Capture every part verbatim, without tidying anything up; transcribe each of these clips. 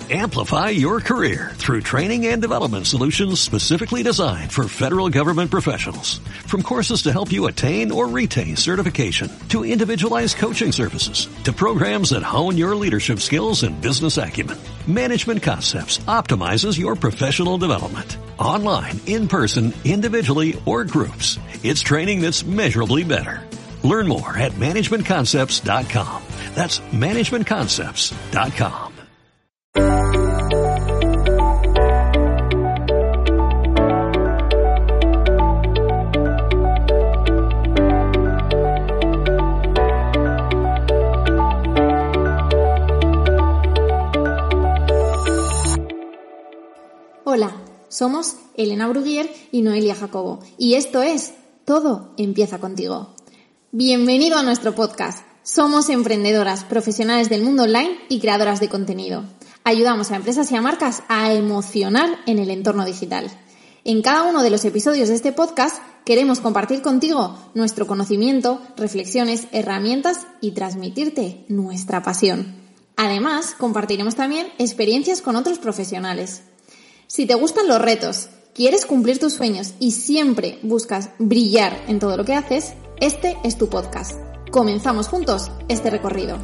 Amplify your career through training and development solutions specifically designed for federal government professionals. From courses to help you attain or retain certification, to individualized coaching services, to programs that hone your leadership skills and business acumen, Management Concepts optimizes your professional development. Online, in person, individually, or groups, it's training that's measurably better. Learn more at management concepts dot com. That's management concepts dot com. Hola, somos Elena Bruguier y Noelia Jacobo, y esto es Todo empieza contigo. Bienvenido a nuestro podcast. Somos emprendedoras, profesionales del mundo online y creadoras de contenido. Ayudamos a empresas y a marcas a emocionar en el entorno digital. En cada uno de los episodios de este podcast queremos compartir contigo nuestro conocimiento, reflexiones, herramientas y transmitirte nuestra pasión. Además, compartiremos también experiencias con otros profesionales. Si te gustan los retos, quieres cumplir tus sueños y siempre buscas brillar en todo lo que haces, este es tu podcast. Comenzamos juntos este recorrido.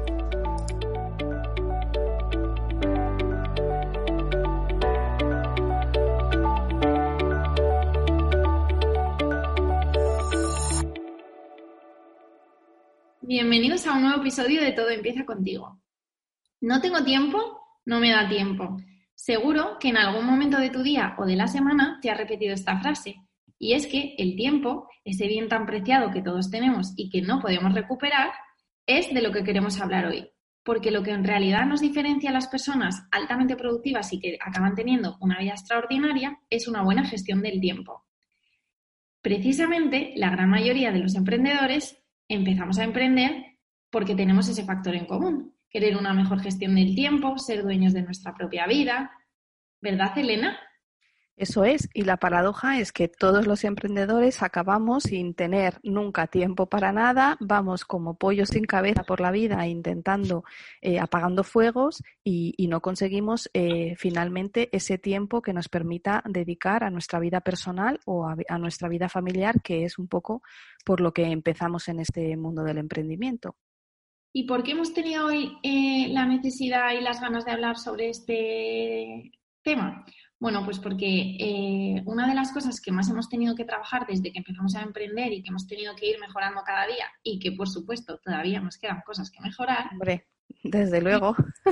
Bienvenidos a un nuevo episodio de Todo empieza contigo. No tengo tiempo, no me da tiempo. Seguro que en algún momento de tu día o de la semana te has repetido esta frase, y es que el tiempo, ese bien tan preciado que todos tenemos y que no podemos recuperar, es de lo que queremos hablar hoy. Porque lo que en realidad nos diferencia a las personas altamente productivas y que acaban teniendo una vida extraordinaria es una buena gestión del tiempo. Precisamente, la gran mayoría de los emprendedores empezamos a emprender porque tenemos ese factor en común. Querer una mejor gestión del tiempo, ser dueños de nuestra propia vida. ¿Verdad, Elena? Eso es, y la paradoja es que todos los emprendedores acabamos sin tener nunca tiempo para nada, vamos como pollos sin cabeza por la vida intentando, eh, apagando fuegos y, y no conseguimos eh, finalmente ese tiempo que nos permita dedicar a nuestra vida personal o a, a nuestra vida familiar, que es un poco por lo que empezamos en este mundo del emprendimiento. ¿Y por qué hemos tenido hoy eh, la necesidad y las ganas de hablar sobre este tema? Bueno, pues porque eh, una de las cosas que más hemos tenido que trabajar desde que empezamos a emprender y que hemos tenido que ir mejorando cada día y que, por supuesto, todavía nos quedan cosas que mejorar. Hombre, desde luego.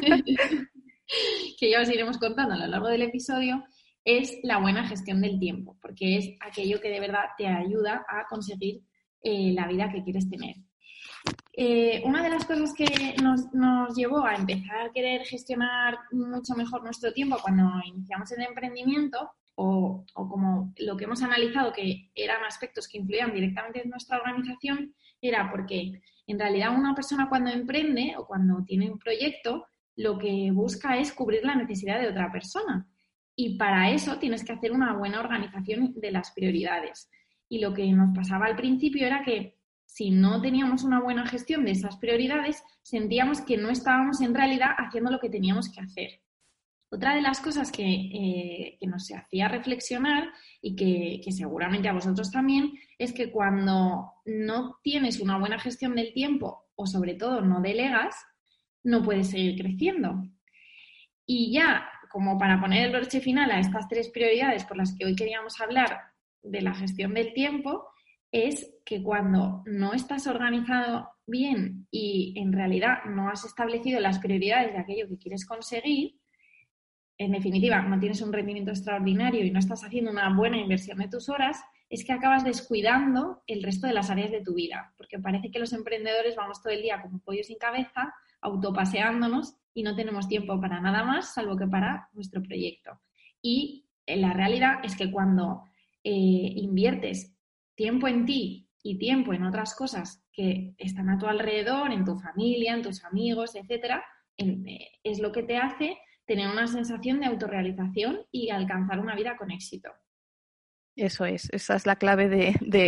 Que ya os iremos contando a lo largo del episodio, es la buena gestión del tiempo, porque es aquello que de verdad te ayuda a conseguir eh, la vida que quieres tener. Eh, una de las cosas que nos, nos llevó a empezar a querer gestionar mucho mejor nuestro tiempo cuando iniciamos el emprendimiento, o, o como lo que hemos analizado que eran aspectos que influían directamente en nuestra organización, era porque en realidad una persona cuando emprende o cuando tiene un proyecto, lo que busca es cubrir la necesidad de otra persona. Y para eso tienes que hacer una buena organización de las prioridades. Y lo que nos pasaba al principio era que si no teníamos una buena gestión de esas prioridades, sentíamos que no estábamos en realidad haciendo lo que teníamos que hacer. Otra de las cosas que, eh, que nos hacía reflexionar y que, que seguramente a vosotros también, es que cuando no tienes una buena gestión del tiempo o sobre todo no delegas, no puedes seguir creciendo. Y ya, como para poner el broche final a estas tres prioridades por las que hoy queríamos hablar de la gestión del tiempo, es que cuando no estás organizado bien y en realidad no has establecido las prioridades de aquello que quieres conseguir, en definitiva, no tienes un rendimiento extraordinario y no estás haciendo una buena inversión de tus horas, es que acabas descuidando el resto de las áreas de tu vida. Porque parece que los emprendedores vamos todo el día como pollos sin cabeza, autopaseándonos y no tenemos tiempo para nada más, salvo que para nuestro proyecto. Y la realidad es que cuando eh, inviertes tiempo en ti y tiempo en otras cosas que están a tu alrededor, en tu familia, en tus amigos, etcétera, en, eh, es lo que te hace tener una sensación de autorrealización y alcanzar una vida con éxito. Eso es, esa es la clave de, de,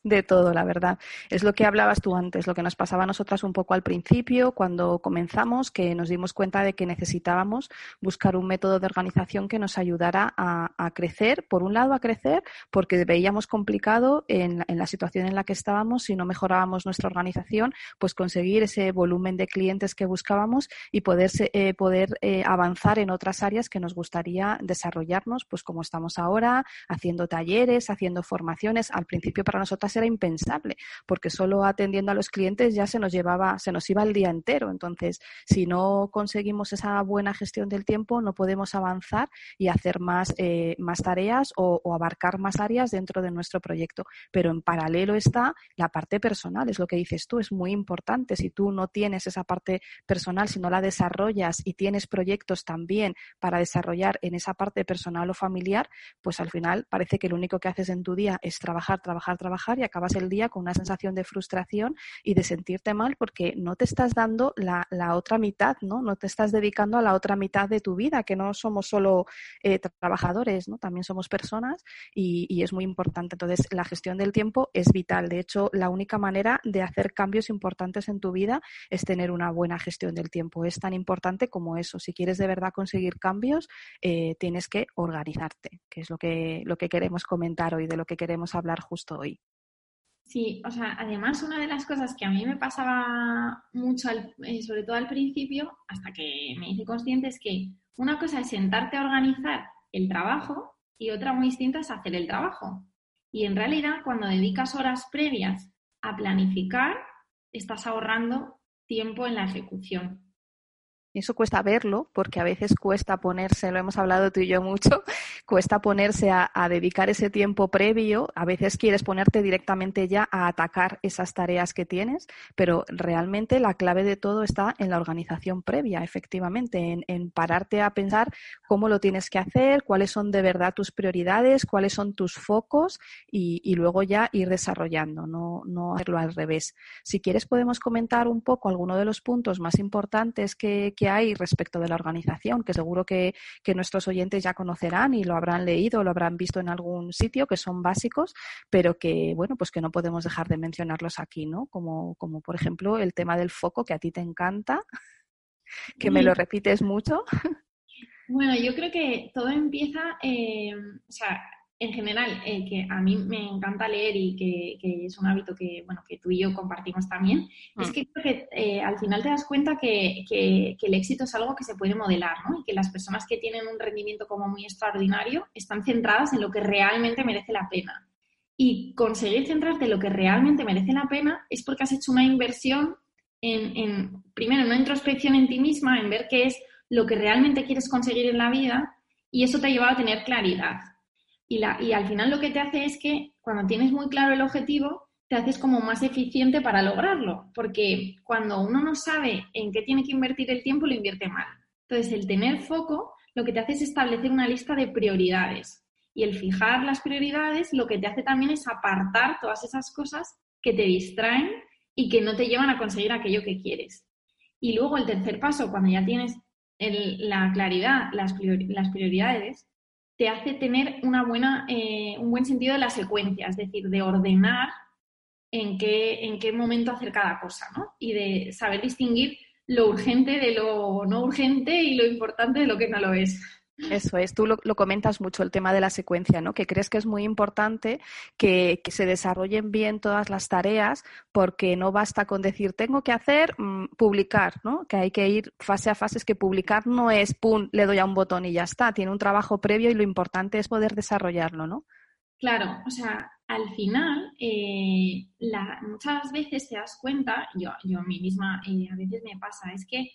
De todo, la verdad. Es lo que hablabas tú antes, lo que nos pasaba a nosotras un poco al principio, cuando comenzamos, que nos dimos cuenta de que necesitábamos buscar un método de organización que nos ayudara a, a crecer, por un lado a crecer, porque veíamos complicado en, en la situación en la que estábamos, si no mejorábamos nuestra organización, pues conseguir ese volumen de clientes que buscábamos y poder, eh, poder eh, avanzar en otras áreas que nos gustaría desarrollarnos, pues como estamos ahora, haciendo talleres, haciendo formaciones. Al principio para nosotras era impensable, porque solo atendiendo a los clientes ya se nos llevaba, se nos iba el día entero. Entonces, si no conseguimos esa buena gestión del tiempo, no podemos avanzar y hacer más, eh, más tareas o, o abarcar más áreas dentro de nuestro proyecto. Pero en paralelo está la parte personal, es lo que dices tú, es muy importante. Si tú no tienes esa parte personal, si no la desarrollas y tienes proyectos también para desarrollar en esa parte personal o familiar, pues al final parece que lo único que haces en tu día es trabajar, trabajar, trabajar y acabas el día con una sensación de frustración y de sentirte mal porque no te estás dando la, la otra mitad, ¿no? No te estás dedicando a la otra mitad de tu vida, que no somos solo eh, trabajadores, ¿no? También somos personas y, y es muy importante. Entonces, la gestión del tiempo es vital. De hecho, la única manera de hacer cambios importantes en tu vida es tener una buena gestión del tiempo. Es tan importante como eso. Si quieres de verdad conseguir cambios, eh, tienes que organizarte, que es lo que, lo que queremos comentar hoy, de lo que queremos hablar justo hoy. Sí, o sea, además una de las cosas que a mí me pasaba mucho, al, eh, sobre todo al principio, hasta que me hice consciente, es que una cosa es sentarte a organizar el trabajo y otra muy distinta es hacer el trabajo. Y en realidad, cuando dedicas horas previas a planificar, estás ahorrando tiempo en la ejecución. Eso cuesta verlo, porque a veces cuesta ponerse, lo hemos hablado tú y yo mucho, cuesta ponerse a, a dedicar ese tiempo previo. A veces quieres ponerte directamente ya a atacar esas tareas que tienes, pero realmente la clave de todo está en la organización previa, efectivamente, en, en pararte a pensar cómo lo tienes que hacer, cuáles son de verdad tus prioridades, cuáles son tus focos y, y luego ya ir desarrollando, no, no hacerlo al revés. Si quieres podemos comentar un poco alguno de los puntos más importantes que, que hay respecto de la organización, que seguro que, que nuestros oyentes ya conocerán y lo habrán leído o lo habrán visto en algún sitio, que son básicos, pero que, bueno, pues que no podemos dejar de mencionarlos aquí, ¿no? Como, como por ejemplo, el tema del foco, que a ti te encanta, que me lo repites mucho. Bueno, yo creo que todo empieza, eh, o sea, en general, eh, que a mí me encanta leer y que, que es un hábito que, bueno, que tú y yo compartimos también, mm. es que creo que eh, al final te das cuenta que, que, que el éxito es algo que se puede modelar, ¿no? Y que las personas que tienen un rendimiento como muy extraordinario están centradas en lo que realmente merece la pena. Y conseguir centrarte en lo que realmente merece la pena es porque has hecho una inversión en, en primero, una introspección en ti misma, en ver qué es lo que realmente quieres conseguir en la vida, y eso te ha llevado a tener claridad. Y, la, y al final lo que te hace es que cuando tienes muy claro el objetivo, te haces como más eficiente para lograrlo, porque cuando uno no sabe en qué tiene que invertir el tiempo, lo invierte mal. Entonces, el tener foco lo que te hace es establecer una lista de prioridades, y el fijar las prioridades lo que te hace también es apartar todas esas cosas que te distraen y que no te llevan a conseguir aquello que quieres. Y luego el tercer paso, cuando ya tienes el, la claridad, las, priori, las prioridades, te hace tener una buena, eh, un buen sentido de la secuencia, es decir, de ordenar en qué, en qué momento hacer cada cosa, ¿no? Y de saber distinguir lo urgente de lo no urgente y lo importante de lo que no lo es. Eso es, tú lo, lo comentas mucho, el tema de la secuencia, ¿no? Que crees que es muy importante que, que se desarrollen bien todas las tareas, porque no basta con decir tengo que hacer, mmm, publicar, ¿no? Que hay que ir fase a fase, es que publicar no es pum, le doy a un botón y ya está, tiene un trabajo previo y lo importante es poder desarrollarlo, ¿no? Claro, o sea, al final, eh, la, muchas veces te das cuenta, yo, yo a mí misma eh, a veces me pasa, es que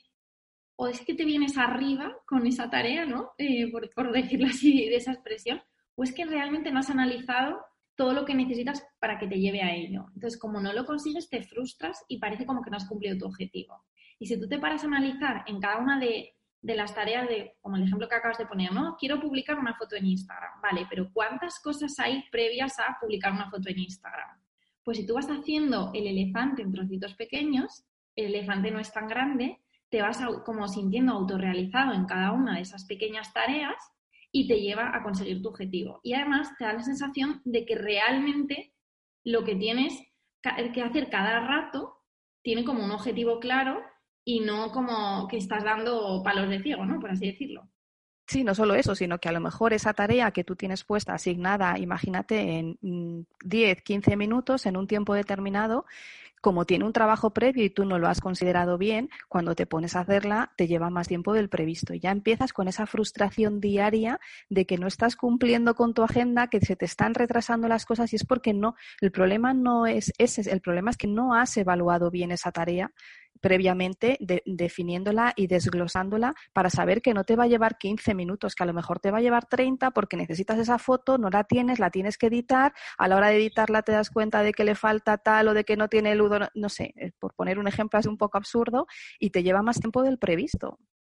o es que te vienes arriba con esa tarea, ¿no? Eh, por, por decirlo así, de esa expresión, o es que realmente no has analizado todo lo que necesitas para que te lleve a ello. Entonces, como no lo consigues, te frustras y parece como que no has cumplido tu objetivo. Y si tú te paras a analizar en cada una de, de las tareas, de, como el ejemplo que acabas de poner, ¿no? Quiero publicar una foto en Instagram. Vale, pero ¿cuántas cosas hay previas a publicar una foto en Instagram? Pues si tú vas haciendo el elefante en trocitos pequeños, el elefante no es tan grande, te vas como sintiendo autorrealizado en cada una de esas pequeñas tareas y te lleva a conseguir tu objetivo. Y además te da la sensación de que realmente lo que tienes que hacer cada rato tiene como un objetivo claro y no como que estás dando palos de ciego, ¿no? Por así decirlo. Sí, no solo eso, sino que a lo mejor esa tarea que tú tienes puesta, asignada, imagínate, en mm, diez, quince minutos, en un tiempo determinado, como tiene un trabajo previo y tú no lo has considerado bien, cuando te pones a hacerla te lleva más tiempo del previsto. Y ya empiezas con esa frustración diaria de que no estás cumpliendo con tu agenda, que se te están retrasando las cosas y es porque no, el problema no es ese, el problema es que no has evaluado bien esa tarea previamente, de, definiéndola y desglosándola para saber que no te va a llevar quince minutos, que a lo mejor te va a llevar treinta porque necesitas esa foto, no la tienes, la tienes que editar, a la hora de editarla te das cuenta de que le falta tal o de que no tiene el udo, no, no sé, por poner un ejemplo así un poco absurdo, y te lleva más tiempo del previsto.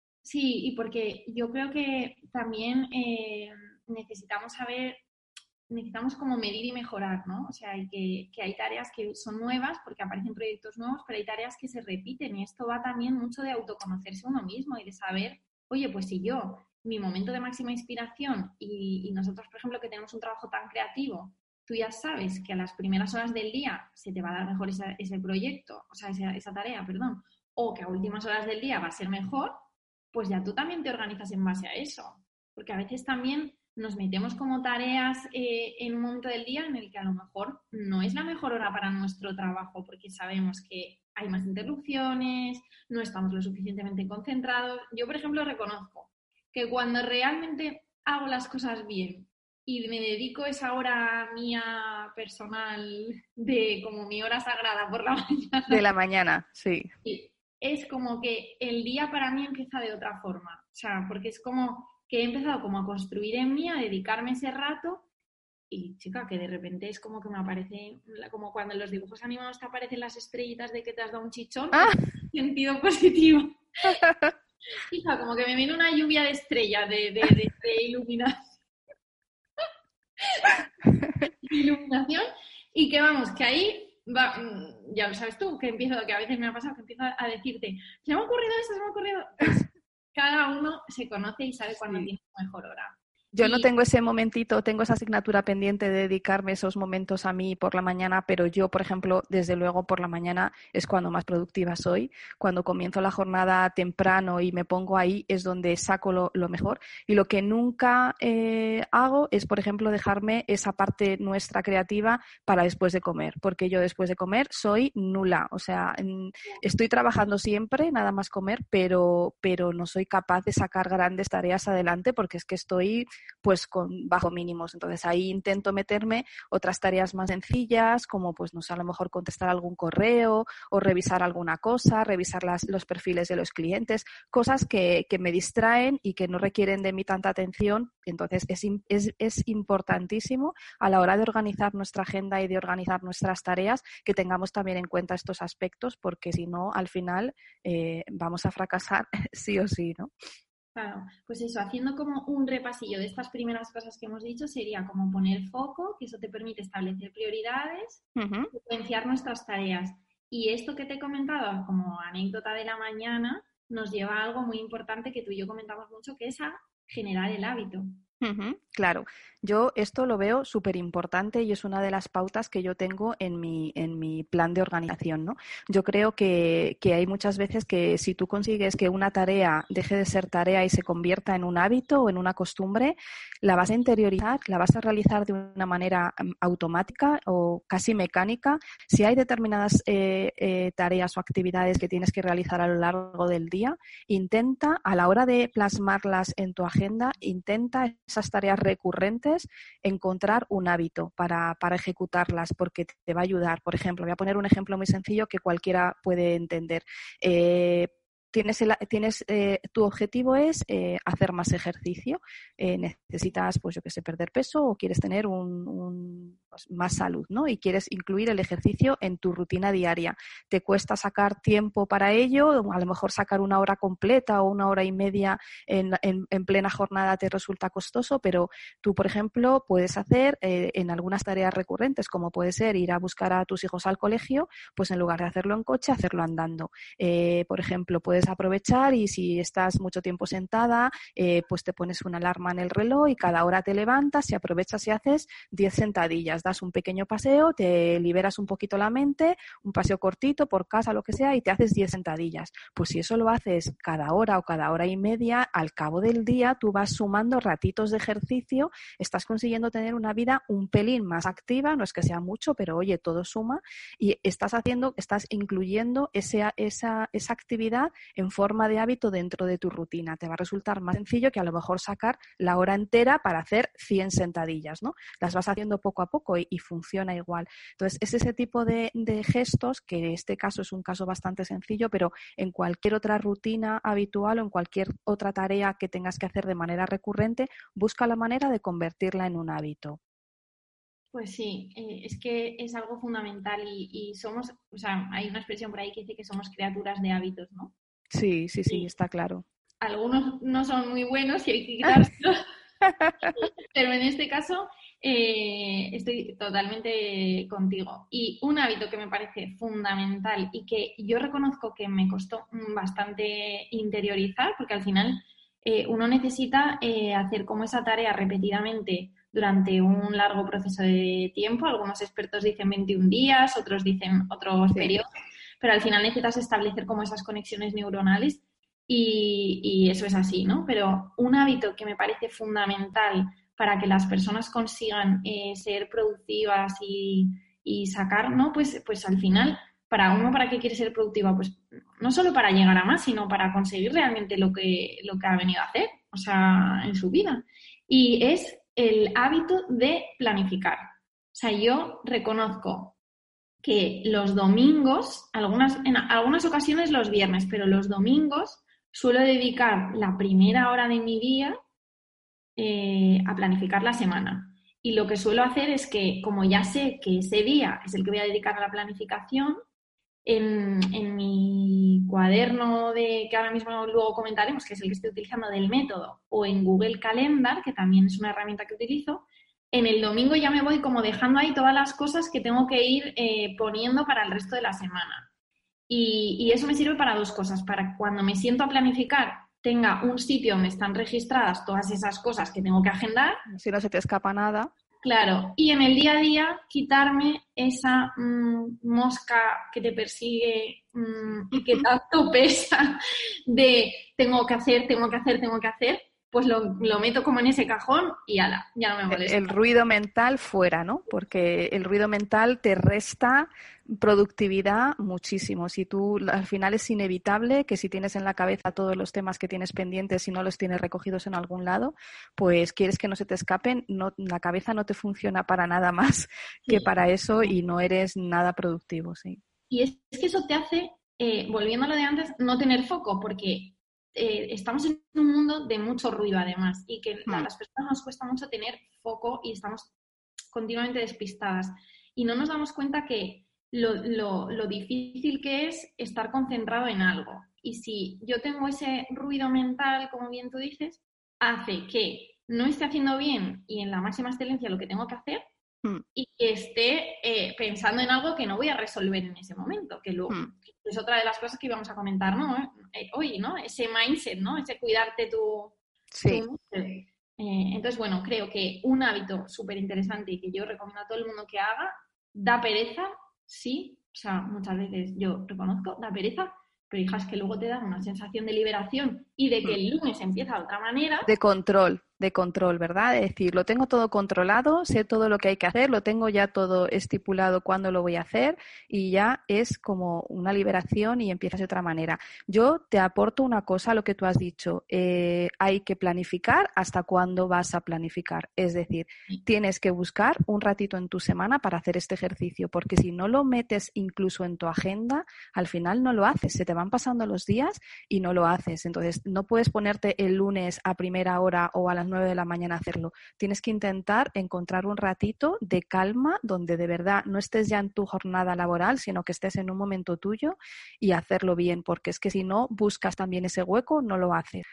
Sí, y porque yo creo que también eh, necesitamos saber, necesitamos como medir y mejorar, ¿no? O sea, hay que, que hay tareas que son nuevas porque aparecen proyectos nuevos, pero hay tareas que se repiten y esto va también mucho de autoconocerse uno mismo y de saber, oye, pues si yo, mi momento de máxima inspiración y, y nosotros, por ejemplo, que tenemos un trabajo tan creativo, tú ya sabes que a las primeras horas del día se te va a dar mejor esa, ese proyecto, o sea, esa, esa tarea, perdón, o que a últimas horas del día va a ser mejor, pues ya tú también te organizas en base a eso. Porque a veces también nos metemos como tareas eh, en un momento del día en el que a lo mejor no es la mejor hora para nuestro trabajo porque sabemos que hay más interrupciones, no estamos lo suficientemente concentrados. Yo, por ejemplo, reconozco que cuando realmente hago las cosas bien y me dedico esa hora mía personal de como mi hora sagrada por la mañana. De la mañana, sí. Sí, es como que el día para mí empieza de otra forma. O sea, porque es como que he empezado como a construir en mí, a dedicarme ese rato y, chica, que de repente es como que me aparece, como cuando en los dibujos animados te aparecen las estrellitas de que te has dado un chichón, ¡Ah! en sentido positivo. Hija, como que me viene una lluvia de estrellas, de, de, de, de iluminación. iluminación y que vamos, que ahí va, ya lo sabes tú, que empiezo, que a veces me ha pasado que empiezo a decirte, se me ha ocurrido esto, se me ha ocurrido. Pues cada uno se conoce y sabe cuándo sí. tiene mejor hora. Yo y... no tengo ese momentito, tengo esa asignatura pendiente de dedicarme esos momentos a mí por la mañana, pero yo, por ejemplo, desde luego por la mañana es cuando más productiva soy. Cuando comienzo la jornada temprano y me pongo ahí es donde saco lo, lo mejor. Y lo que nunca eh, hago es, por ejemplo, dejarme esa parte nuestra creativa para después de comer, porque yo después de comer soy nula. O sea, estoy trabajando siempre, nada más comer, pero, pero no soy capaz de sacar grandes tareas adelante porque es que estoy pues con bajo mínimos. Entonces ahí intento meterme otras tareas más sencillas, como pues no sé, a lo mejor contestar algún correo o revisar alguna cosa, revisar las, los perfiles de los clientes, cosas que, que me distraen y que no requieren de mí tanta atención. Entonces es, es, es importantísimo a la hora de organizar nuestra agenda y de organizar nuestras tareas que tengamos también en cuenta estos aspectos, porque si no, al final eh, vamos a fracasar sí o sí, ¿no? Claro, pues eso, haciendo como un repasillo de estas primeras cosas que hemos dicho, sería como poner foco, que eso te permite establecer prioridades, uh-huh. secuenciar nuestras tareas. Y esto que te he comentado como anécdota de la mañana nos lleva a algo muy importante que tú y yo comentamos mucho, que es a generar el hábito. Uh-huh, claro, yo esto lo veo súper importante y es una de las pautas que yo tengo en mi, en mi plan de organización, ¿no? Yo creo que, que hay muchas veces que si tú consigues que una tarea deje de ser tarea y se convierta en un hábito o en una costumbre, la vas a interiorizar, la vas a realizar de una manera um, automática o casi mecánica. Si hay determinadas eh, eh, tareas o actividades que tienes que realizar a lo largo del día, intenta a la hora de plasmarlas en tu agenda, intenta esas tareas recurrentes, encontrar un hábito para, para ejecutarlas porque te va a ayudar. Por ejemplo, voy a poner un ejemplo muy sencillo que cualquiera puede entender. Eh, Tienes, el, tienes eh, tu objetivo es eh, hacer más ejercicio, eh, necesitas, pues yo qué sé, perder peso o quieres tener un, un, pues, más salud, ¿no? Y quieres incluir el ejercicio en tu rutina diaria. Te cuesta sacar tiempo para ello, a lo mejor sacar una hora completa o una hora y media en, en, en plena jornada te resulta costoso, pero tú, por ejemplo, puedes hacer eh, en algunas tareas recurrentes, como puede ser ir a buscar a tus hijos al colegio, pues en lugar de hacerlo en coche, hacerlo andando. Eh, por ejemplo, puedes aprovechar y si estás mucho tiempo sentada, eh, pues te pones una alarma en el reloj y cada hora te levantas y aprovechas y haces diez sentadillas das un pequeño paseo, te liberas un poquito la mente, un paseo cortito por casa, lo que sea, y te haces diez sentadillas. Pues si eso lo haces cada hora o cada hora y media, al cabo del día tú vas sumando ratitos de ejercicio, estás consiguiendo tener una vida un pelín más activa, no es que sea mucho, pero oye, todo suma, y estás haciendo, estás incluyendo ese, esa, esa actividad en forma de hábito dentro de tu rutina. Te va a resultar más sencillo que a lo mejor sacar la hora entera para hacer cien sentadillas, ¿no? Las vas haciendo poco a poco y, y funciona igual. Entonces, es ese tipo de, de gestos, que en este caso es un caso bastante sencillo, pero en cualquier otra rutina habitual o en cualquier otra tarea que tengas que hacer de manera recurrente, busca la manera de convertirla en un hábito. Pues sí, eh, es que es algo fundamental y, y somos, o sea, hay una expresión por ahí que dice que somos criaturas de hábitos, ¿no? Sí, sí, sí, Y está claro. algunos no son muy buenos y hay que quitárselos, pero en este caso eh, estoy totalmente contigo. Y un hábito que me parece fundamental y que yo reconozco que me costó bastante interiorizar, porque al final eh, uno necesita eh, hacer como esa tarea repetidamente durante un largo proceso de tiempo. Algunos expertos dicen veintiún días, otros dicen otros Sí. periodos, pero al final necesitas establecer como esas conexiones neuronales y, y eso es así, ¿no? Pero un hábito que me parece fundamental para que las personas consigan eh, ser productivas y, y sacar, ¿no? Pues, pues al final, para uno, ¿para qué quiere ser productiva? Pues no solo para llegar a más, sino para conseguir realmente lo que, lo que ha venido a hacer, o sea, en su vida. Y es el hábito de planificar. O sea, yo reconozco que los domingos, algunas, en algunas ocasiones los viernes, pero los domingos suelo dedicar la primera hora de mi día eh, a planificar la semana. Y lo que suelo hacer es que, como ya sé que ese día es el que voy a dedicar a la planificación, en, en mi cuaderno de que ahora mismo luego comentaremos, que es el que estoy utilizando del método, o en Google Calendar, que también es una herramienta que utilizo, en el domingo ya me voy como dejando ahí todas las cosas que tengo que ir eh, poniendo para el resto de la semana. Y, y eso me sirve para dos cosas, para cuando me siento a planificar tenga un sitio donde están registradas todas esas cosas que tengo que agendar. Si no se te escapa nada. Claro, y en el día a día quitarme esa mmm, mosca que te persigue mmm, y que tanto pesa de tengo que hacer, tengo que hacer, tengo que hacer, pues lo, lo meto como en ese cajón y ala, ya no me molesta. El ruido mental fuera, ¿no? Porque el ruido mental te resta productividad muchísimo. Si tú, al final es inevitable que si tienes en la cabeza todos los temas que tienes pendientes y no los tienes recogidos en algún lado, pues quieres que no se te escapen, no, la cabeza no te funciona para nada más que Sí. para eso y no eres nada productivo, sí. Y es, es que eso te hace, eh, volviendo a lo de antes, no tener foco, porque eh, estamos en un mundo de mucho ruido además y que a las personas nos cuesta mucho tener foco y estamos continuamente despistadas. Y no nos damos cuenta que lo, lo, lo difícil que es estar concentrado en algo. Y si yo tengo ese ruido mental, como bien tú dices, hace que no esté haciendo bien y en la máxima excelencia lo que tengo que hacer Mm. y que esté eh, pensando en algo que no voy a resolver en ese momento, que luego Mm. es otra de las cosas que íbamos a comentar, ¿no? Eh, hoy, ¿no? Ese mindset, ¿no? Ese cuidarte tu... Sí. tu eh, entonces, bueno, creo que un hábito súper interesante y que yo recomiendo a todo el mundo que haga, da pereza, sí, o sea, muchas veces yo reconozco, da pereza, pero hija, es que luego te da una sensación de liberación y de que el lunes empieza de otra manera. De control, de control, ¿verdad? Es decir, lo tengo todo controlado, sé todo lo que hay que hacer, lo tengo ya todo estipulado cuándo lo voy a hacer y ya es como una liberación y empiezas de otra manera. Yo te aporto una cosa a lo que tú has dicho. Eh, hay que planificar hasta cuándo vas a planificar. Es decir, tienes que buscar un ratito en tu semana para hacer este ejercicio, porque si no lo metes incluso en tu agenda, al final no lo haces. Se te van pasando los días y no lo haces. Entonces, no puedes ponerte el lunes a primera hora o a las nueve de la mañana a hacerlo. Tienes que intentar encontrar un ratito de calma donde de verdad no estés ya en tu jornada laboral, sino que estés en un momento tuyo y hacerlo bien, porque es que si no buscas también ese hueco, no lo haces.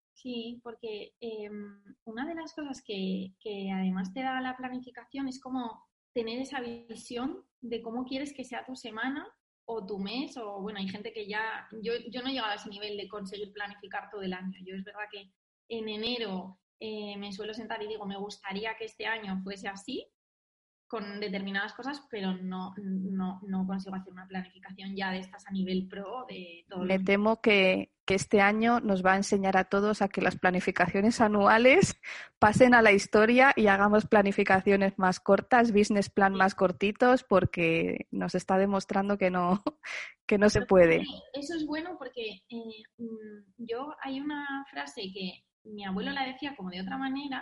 Sí, porque eh, una de las cosas que, que además te da la planificación es como tener esa visión de cómo quieres que sea tu semana o tu mes, o bueno, hay gente que ya, yo, yo no he llegado a ese nivel de conseguir planificar todo el año. Yo es verdad que en enero eh, me suelo sentar y digo, me gustaría que este año fuese así, con determinadas cosas, pero no, no, no consigo hacer una planificación ya de estas a nivel pro de todo. Me temo que, que este año nos va a enseñar a todos a que las planificaciones anuales pasen a la historia y hagamos planificaciones más cortas, business plan más cortitos, porque nos está demostrando que no, que no se puede. Eso es bueno porque eh, yo hay una frase que mi abuelo la decía como de otra manera,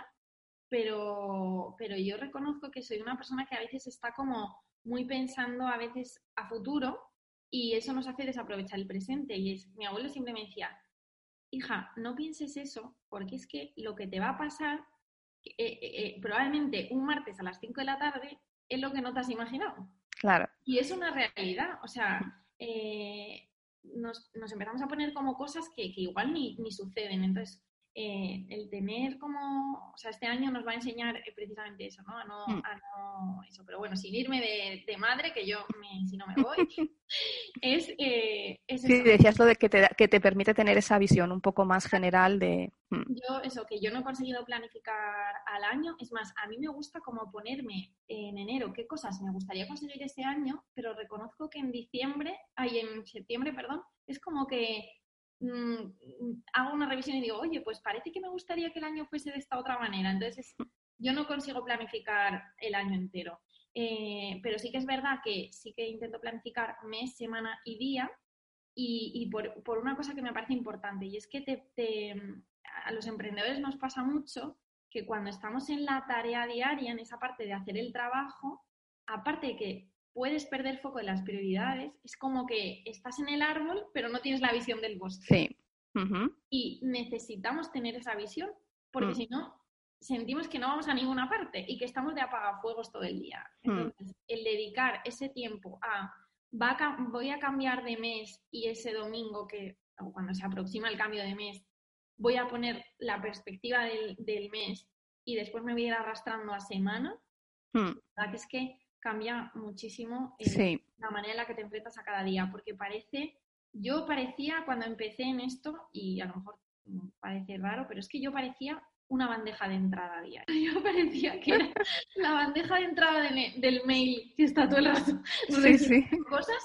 pero, pero yo reconozco que soy una persona que a veces está como muy pensando a veces a futuro y eso nos hace desaprovechar el presente. Y es, mi abuelo siempre me decía, hija, no pienses eso porque es que lo que te va a pasar eh, eh, eh, probablemente un martes a las cinco de la tarde es lo que no te has imaginado. Claro. Y es una realidad, o sea, eh, nos, nos empezamos a poner como cosas que, que igual ni, ni suceden. Entonces, Eh, el tener como, o sea, este año nos va a enseñar eh, precisamente eso, ¿no? A no, Mm. a no eso, pero bueno, sin irme de, de madre, que yo me, si no me voy, es, eh, es sí, eso. decías lo de que te, que te permite tener esa visión un poco más general de... Mm. Yo, eso, que yo no he conseguido planificar al año, es más, a mí me gusta como ponerme en enero qué cosas me gustaría conseguir este año, pero reconozco que en diciembre, ay, en septiembre, perdón, es como que Mm, hago una revisión y digo, oye, pues parece que me gustaría que el año fuese de esta otra manera. Entonces, yo no consigo planificar el año entero. Eh, pero sí que es verdad que sí que intento planificar mes, semana y día y, y por, por una cosa que me parece importante y es que te, te, a los emprendedores nos pasa mucho que cuando estamos en la tarea diaria, en esa parte de hacer el trabajo, aparte de que puedes perder foco de las prioridades, es como que estás en el árbol, pero no tienes la visión del bosque. Sí. Uh-huh. Y necesitamos tener esa visión, porque Mm. si no, sentimos que no vamos a ninguna parte y que estamos de apagafuegos todo el día. Entonces, mm. el dedicar ese tiempo a, va a, voy a cambiar de mes y ese domingo, que o cuando se aproxima el cambio de mes, voy a poner la perspectiva del, del mes y después me voy a ir arrastrando a semana, Mm. la verdad que es que cambia muchísimo eh, sí. la manera en la que te enfrentas a cada día, porque parece, yo parecía cuando empecé en esto, y a lo mejor parece raro, pero es que yo parecía una bandeja de entrada diaria. Yo parecía que era la bandeja de entrada de, del mail que está todo el rato sí, sí. cosas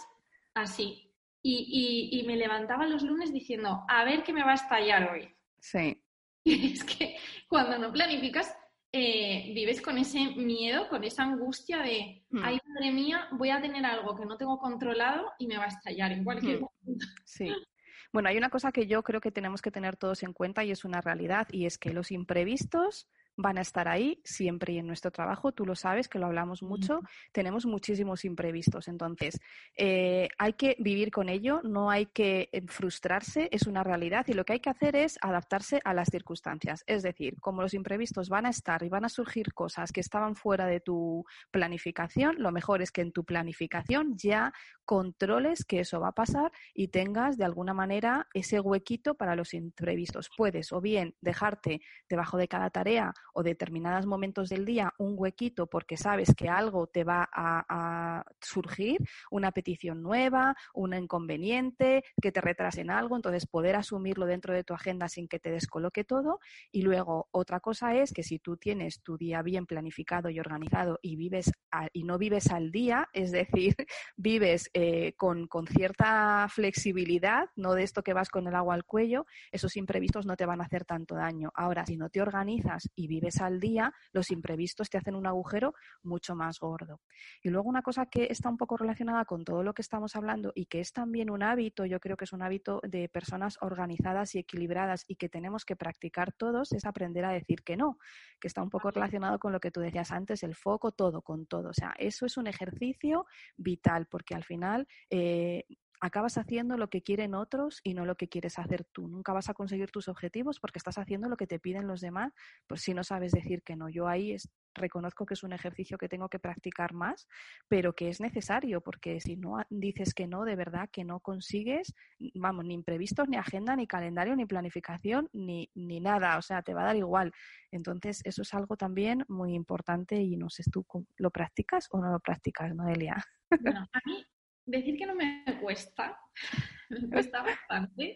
así. Y, y, y me levantaba los lunes diciendo, a ver qué me va a estallar hoy. Sí. Y es que cuando no planificas, Eh, vives con ese miedo, con esa angustia de, mm. ay, madre mía, voy a tener algo que no tengo controlado y me va a estallar en cualquier mm. momento. Sí. Bueno, hay una cosa que yo creo que tenemos que tener todos en cuenta y es una realidad, y es que los imprevistos van a estar ahí siempre y en nuestro trabajo, tú lo sabes, que lo hablamos mucho, tenemos muchísimos imprevistos. Entonces, eh, hay que vivir con ello, no hay que frustrarse, es una realidad y lo que hay que hacer es adaptarse a las circunstancias. Es decir, como los imprevistos van a estar y van a surgir cosas que estaban fuera de tu planificación, lo mejor es que en tu planificación ya controles que eso va a pasar y tengas de alguna manera ese huequito para los imprevistos. Puedes o bien dejarte debajo de cada tarea o determinados momentos del día un huequito porque sabes que algo te va a, a surgir, una petición nueva, un inconveniente, que te retrasen algo, entonces poder asumirlo dentro de tu agenda sin que te descoloque todo. Y luego otra cosa es que si tú tienes tu día bien planificado y organizado y vives a, y no vives al día, es decir, vives eh, con, con cierta flexibilidad, no de esto que vas con el agua al cuello, esos imprevistos no te van a hacer tanto daño. Ahora, si no te organizas y vives al día, los imprevistos te hacen un agujero mucho más gordo. Y luego una cosa que está un poco relacionada con todo lo que estamos hablando y que es también un hábito, yo creo que es un hábito de personas organizadas y equilibradas y que tenemos que practicar todos, es aprender a decir que no, que está un poco relacionado con lo que tú decías antes, el foco, todo, con todo. O sea, eso es un ejercicio vital porque al final eh, acabas haciendo lo que quieren otros y no lo que quieres hacer tú. Nunca vas a conseguir tus objetivos porque estás haciendo lo que te piden los demás, pues si no sabes decir que no. Yo ahí es, reconozco que es un ejercicio que tengo que practicar más, pero que es necesario porque si no dices que no, de verdad que no consigues, vamos, ni imprevistos, ni agenda, ni calendario, ni planificación, ni, ni nada. O sea, te va a dar igual. Entonces, eso es algo también muy importante y no sé, ¿tú lo practicas o no lo practicas, Noelia? Bueno, a mí decir que no me cuesta, me cuesta bastante.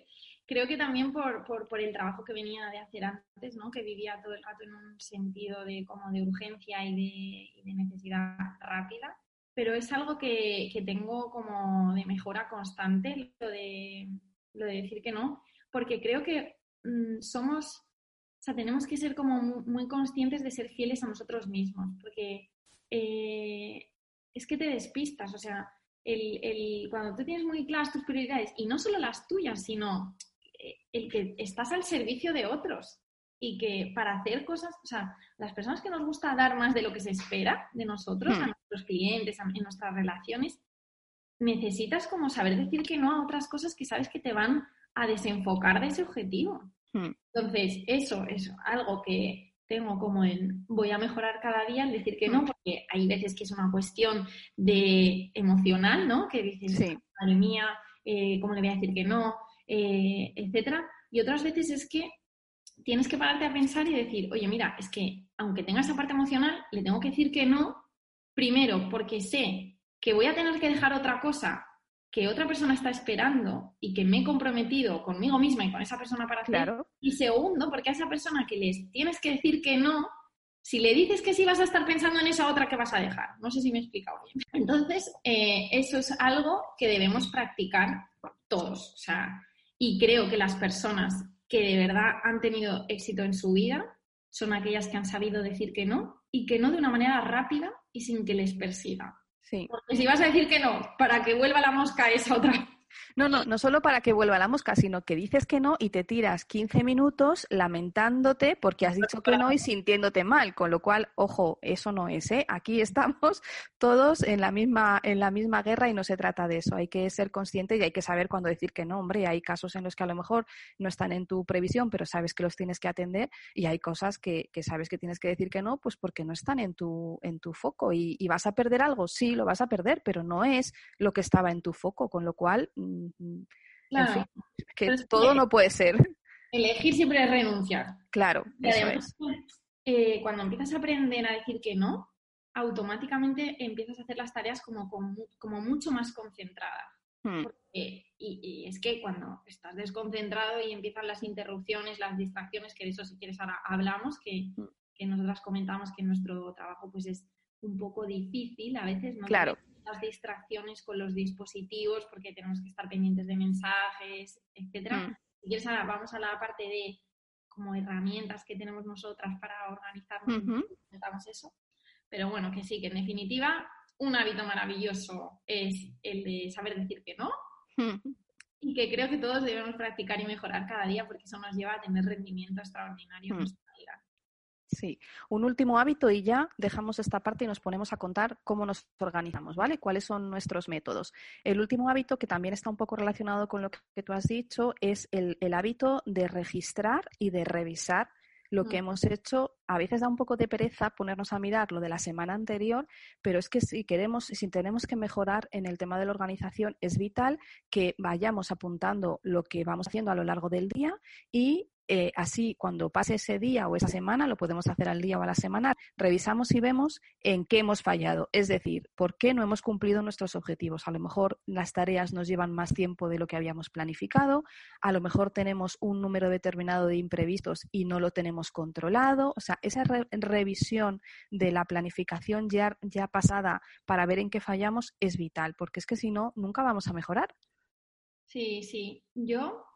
creo que también por, por, por el trabajo que venía de hacer antes, ¿no? Que vivía todo el rato en un sentido de como de urgencia y de, y de necesidad rápida, pero es algo que, que tengo como de mejora constante, lo de, lo de decir que no, porque creo que mmm, somos, o sea, tenemos que ser como muy, muy conscientes de ser fieles a nosotros mismos, porque eh, es que te despistas, o sea, el, el, cuando tú tienes muy claras tus prioridades, y no solo las tuyas, sino el que estás al servicio de otros y que para hacer cosas, o sea, las personas que nos gusta dar más de lo que se espera de nosotros, hmm. a nuestros clientes, a, en nuestras relaciones, necesitas como saber decir que no a otras cosas que sabes que te van a desenfocar de ese objetivo. Hmm. Entonces, eso es algo que tengo como en voy a mejorar cada día, el decir que hmm. no, porque hay veces que es una cuestión de emocional, ¿no? Que dices, sí. madre mía, eh, ¿cómo le voy a decir que no? Eh, etcétera, y otras veces es que tienes que pararte a pensar y decir, oye, mira, es que aunque tenga esa parte emocional, le tengo que decir que no, primero porque sé que voy a tener que dejar otra cosa que otra persona está esperando y que me he comprometido conmigo misma y con esa persona para hacer, claro. Y segundo, porque a esa persona que les tienes que decir que no, si le dices que sí vas a estar pensando en esa otra que vas a dejar. No sé si me he explicado bien. Entonces, eh, eso es algo que debemos practicar todos, o sea, y creo que las personas que de verdad han tenido éxito en su vida son aquellas que han sabido decir que no y que no de una manera rápida y sin que les persiga. Sí. Porque si vas a decir que no para que vuelva la mosca esa otra... No, no, no solo para que vuelva la mosca, sino que dices que no y te tiras quince minutos lamentándote porque has dicho que no y sintiéndote mal, con lo cual, ojo, eso no es, ¿eh? Aquí estamos todos en la misma, en la misma guerra y no se trata de eso. Hay que ser consciente y hay que saber cuándo decir que no. Hombre, hay casos en los que a lo mejor no están en tu previsión, pero sabes que los tienes que atender, y hay cosas que, que sabes que tienes que decir que no, pues porque no están en tu, en tu foco. Y, y vas a perder algo, sí, lo vas a perder, pero no es lo que estaba en tu foco, con lo cual... Claro, en fin, que es todo que no puede ser. Elegir siempre es renunciar. Claro, y eso además, es. Eh, cuando empiezas a aprender a decir que no, automáticamente empiezas a hacer las tareas como, como, como mucho más concentradas. Hmm. Porque, y, y es que cuando estás desconcentrado y empiezan las interrupciones, las distracciones, que de eso si quieres ahora hablamos, que, hmm. que nosotras comentamos que nuestro trabajo pues es un poco difícil a veces, ¿no? Claro. Las distracciones con los dispositivos porque tenemos que estar pendientes de mensajes, etcétera. Mm. Si quieres, ahora vamos a la parte de como herramientas que tenemos nosotras para organizarnos, uh-huh. y comentamos eso. Pero bueno, que sí, que en definitiva un hábito maravilloso es el de saber decir que no, uh-huh. y que creo que todos debemos practicar y mejorar cada día porque eso nos lleva a tener rendimiento extraordinario uh-huh. en nuestra vida. Sí, un último hábito y ya dejamos esta parte y nos ponemos a contar cómo nos organizamos, ¿vale? ¿Cuáles son nuestros métodos? El último hábito, que también está un poco relacionado con lo que tú has dicho, es el, el hábito de registrar y de revisar lo que mm. hemos hecho. A veces da un poco de pereza ponernos a mirar lo de la semana anterior, pero es que si queremos, si tenemos que mejorar en el tema de la organización, es vital que vayamos apuntando lo que vamos haciendo a lo largo del día y Eh, así, cuando pase ese día o esa semana, lo podemos hacer al día o a la semana, revisamos y vemos en qué hemos fallado. Es decir, por qué no hemos cumplido nuestros objetivos. A lo mejor las tareas nos llevan más tiempo de lo que habíamos planificado, a lo mejor tenemos un número determinado de imprevistos y no lo tenemos controlado. O sea, esa re- revisión de la planificación ya, ya pasada para ver en qué fallamos es vital, porque es que si no, nunca vamos a mejorar. Sí, sí. Yo...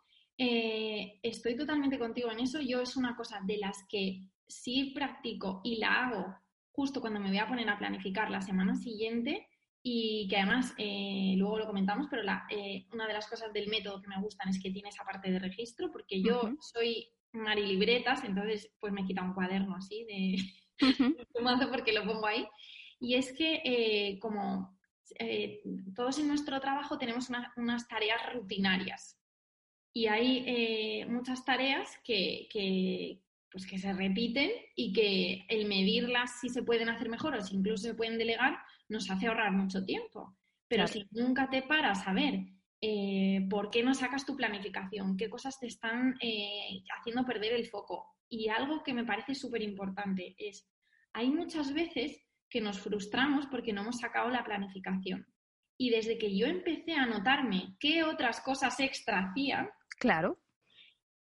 Eh, estoy totalmente contigo en eso. Yo es una cosa de las que sí practico y la hago justo cuando me voy a poner a planificar la semana siguiente y que además, eh, luego lo comentamos, pero la, eh, una de las cosas del método que me gustan es que tiene esa parte de registro, porque yo uh-huh. soy marilibretas, entonces pues me quita un cuaderno así de uh-huh. porque lo pongo ahí. Y es que eh, como eh, todos en nuestro trabajo tenemos una, unas tareas rutinarias. Y hay eh, muchas tareas que, que, pues que se repiten y que el medirlas si se pueden hacer mejor o si incluso se pueden delegar nos hace ahorrar mucho tiempo. Pero claro. Si nunca te paras a ver eh, por qué no sacas tu planificación, qué cosas te están eh, haciendo perder el foco. Y algo que me parece súper importante es, hay muchas veces que nos frustramos porque no hemos sacado la planificación. Y desde que yo empecé a notarme qué otras cosas extra hacía, claro.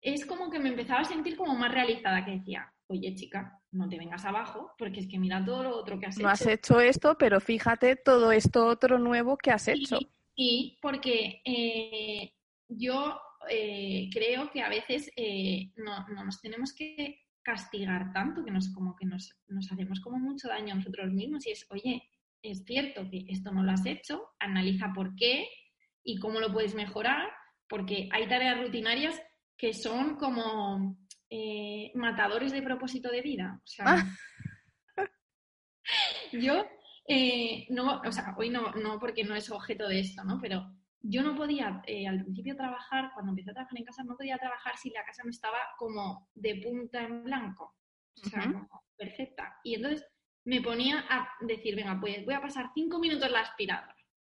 es como que me empezaba a sentir como más realizada, que decía, oye, chica, no te vengas abajo, porque es que mira todo lo otro que has No hecho. has hecho esto, pero fíjate todo esto otro nuevo que has hecho. Sí, sí, porque eh, yo eh, creo que a veces eh, no, no nos tenemos que castigar tanto, que nos como que nos, nos hacemos como mucho daño a nosotros mismos. Y es, oye, es cierto que esto no lo has hecho, analiza por qué y cómo lo puedes mejorar, porque hay tareas rutinarias que son como eh, matadores de propósito de vida. O sea, yo, eh, no, o sea, hoy no, no porque no es objeto de esto, ¿no? Pero yo no podía eh, al principio trabajar, cuando empecé a trabajar en casa, no podía trabajar si la casa no estaba como de punta en blanco, o sea, Uh-huh. como perfecta. Y entonces me ponía a decir, venga, pues voy a pasar cinco minutos la aspiradora.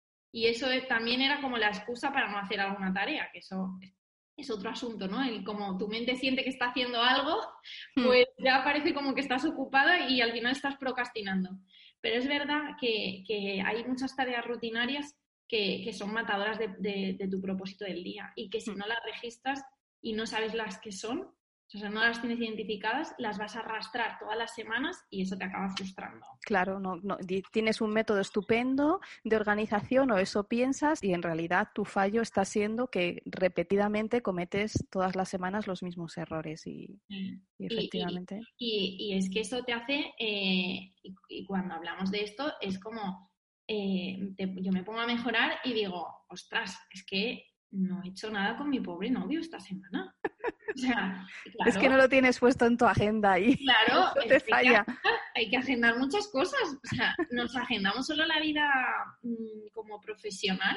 Y eso es, también era como la excusa para no hacer alguna tarea, que eso es, es otro asunto, ¿no? El como tu mente siente que está haciendo algo, pues ya parece como que estás ocupada y al final estás procrastinando. Pero es verdad que, que hay muchas tareas rutinarias que, que son matadoras de, de, de tu propósito del día y que si no las registras y no sabes las que son, o sea, no las tienes identificadas, las vas a arrastrar todas las semanas y eso te acaba frustrando. Claro, no, no, tienes un método estupendo de organización o eso piensas y en realidad tu fallo está siendo que repetidamente cometes todas las semanas los mismos errores y, Sí. y efectivamente. Y, y, y es que eso te hace, eh, y, y cuando hablamos de esto, es como, eh, te, yo me pongo a mejorar y digo, ostras, es que no he hecho nada con mi pobre novio esta semana. O sea, claro. Es que no lo tienes puesto en tu agenda y claro, eso es te que falla. Hay, que agendar, hay que agendar muchas cosas. O sea, nos agendamos solo la vida mmm, como profesional,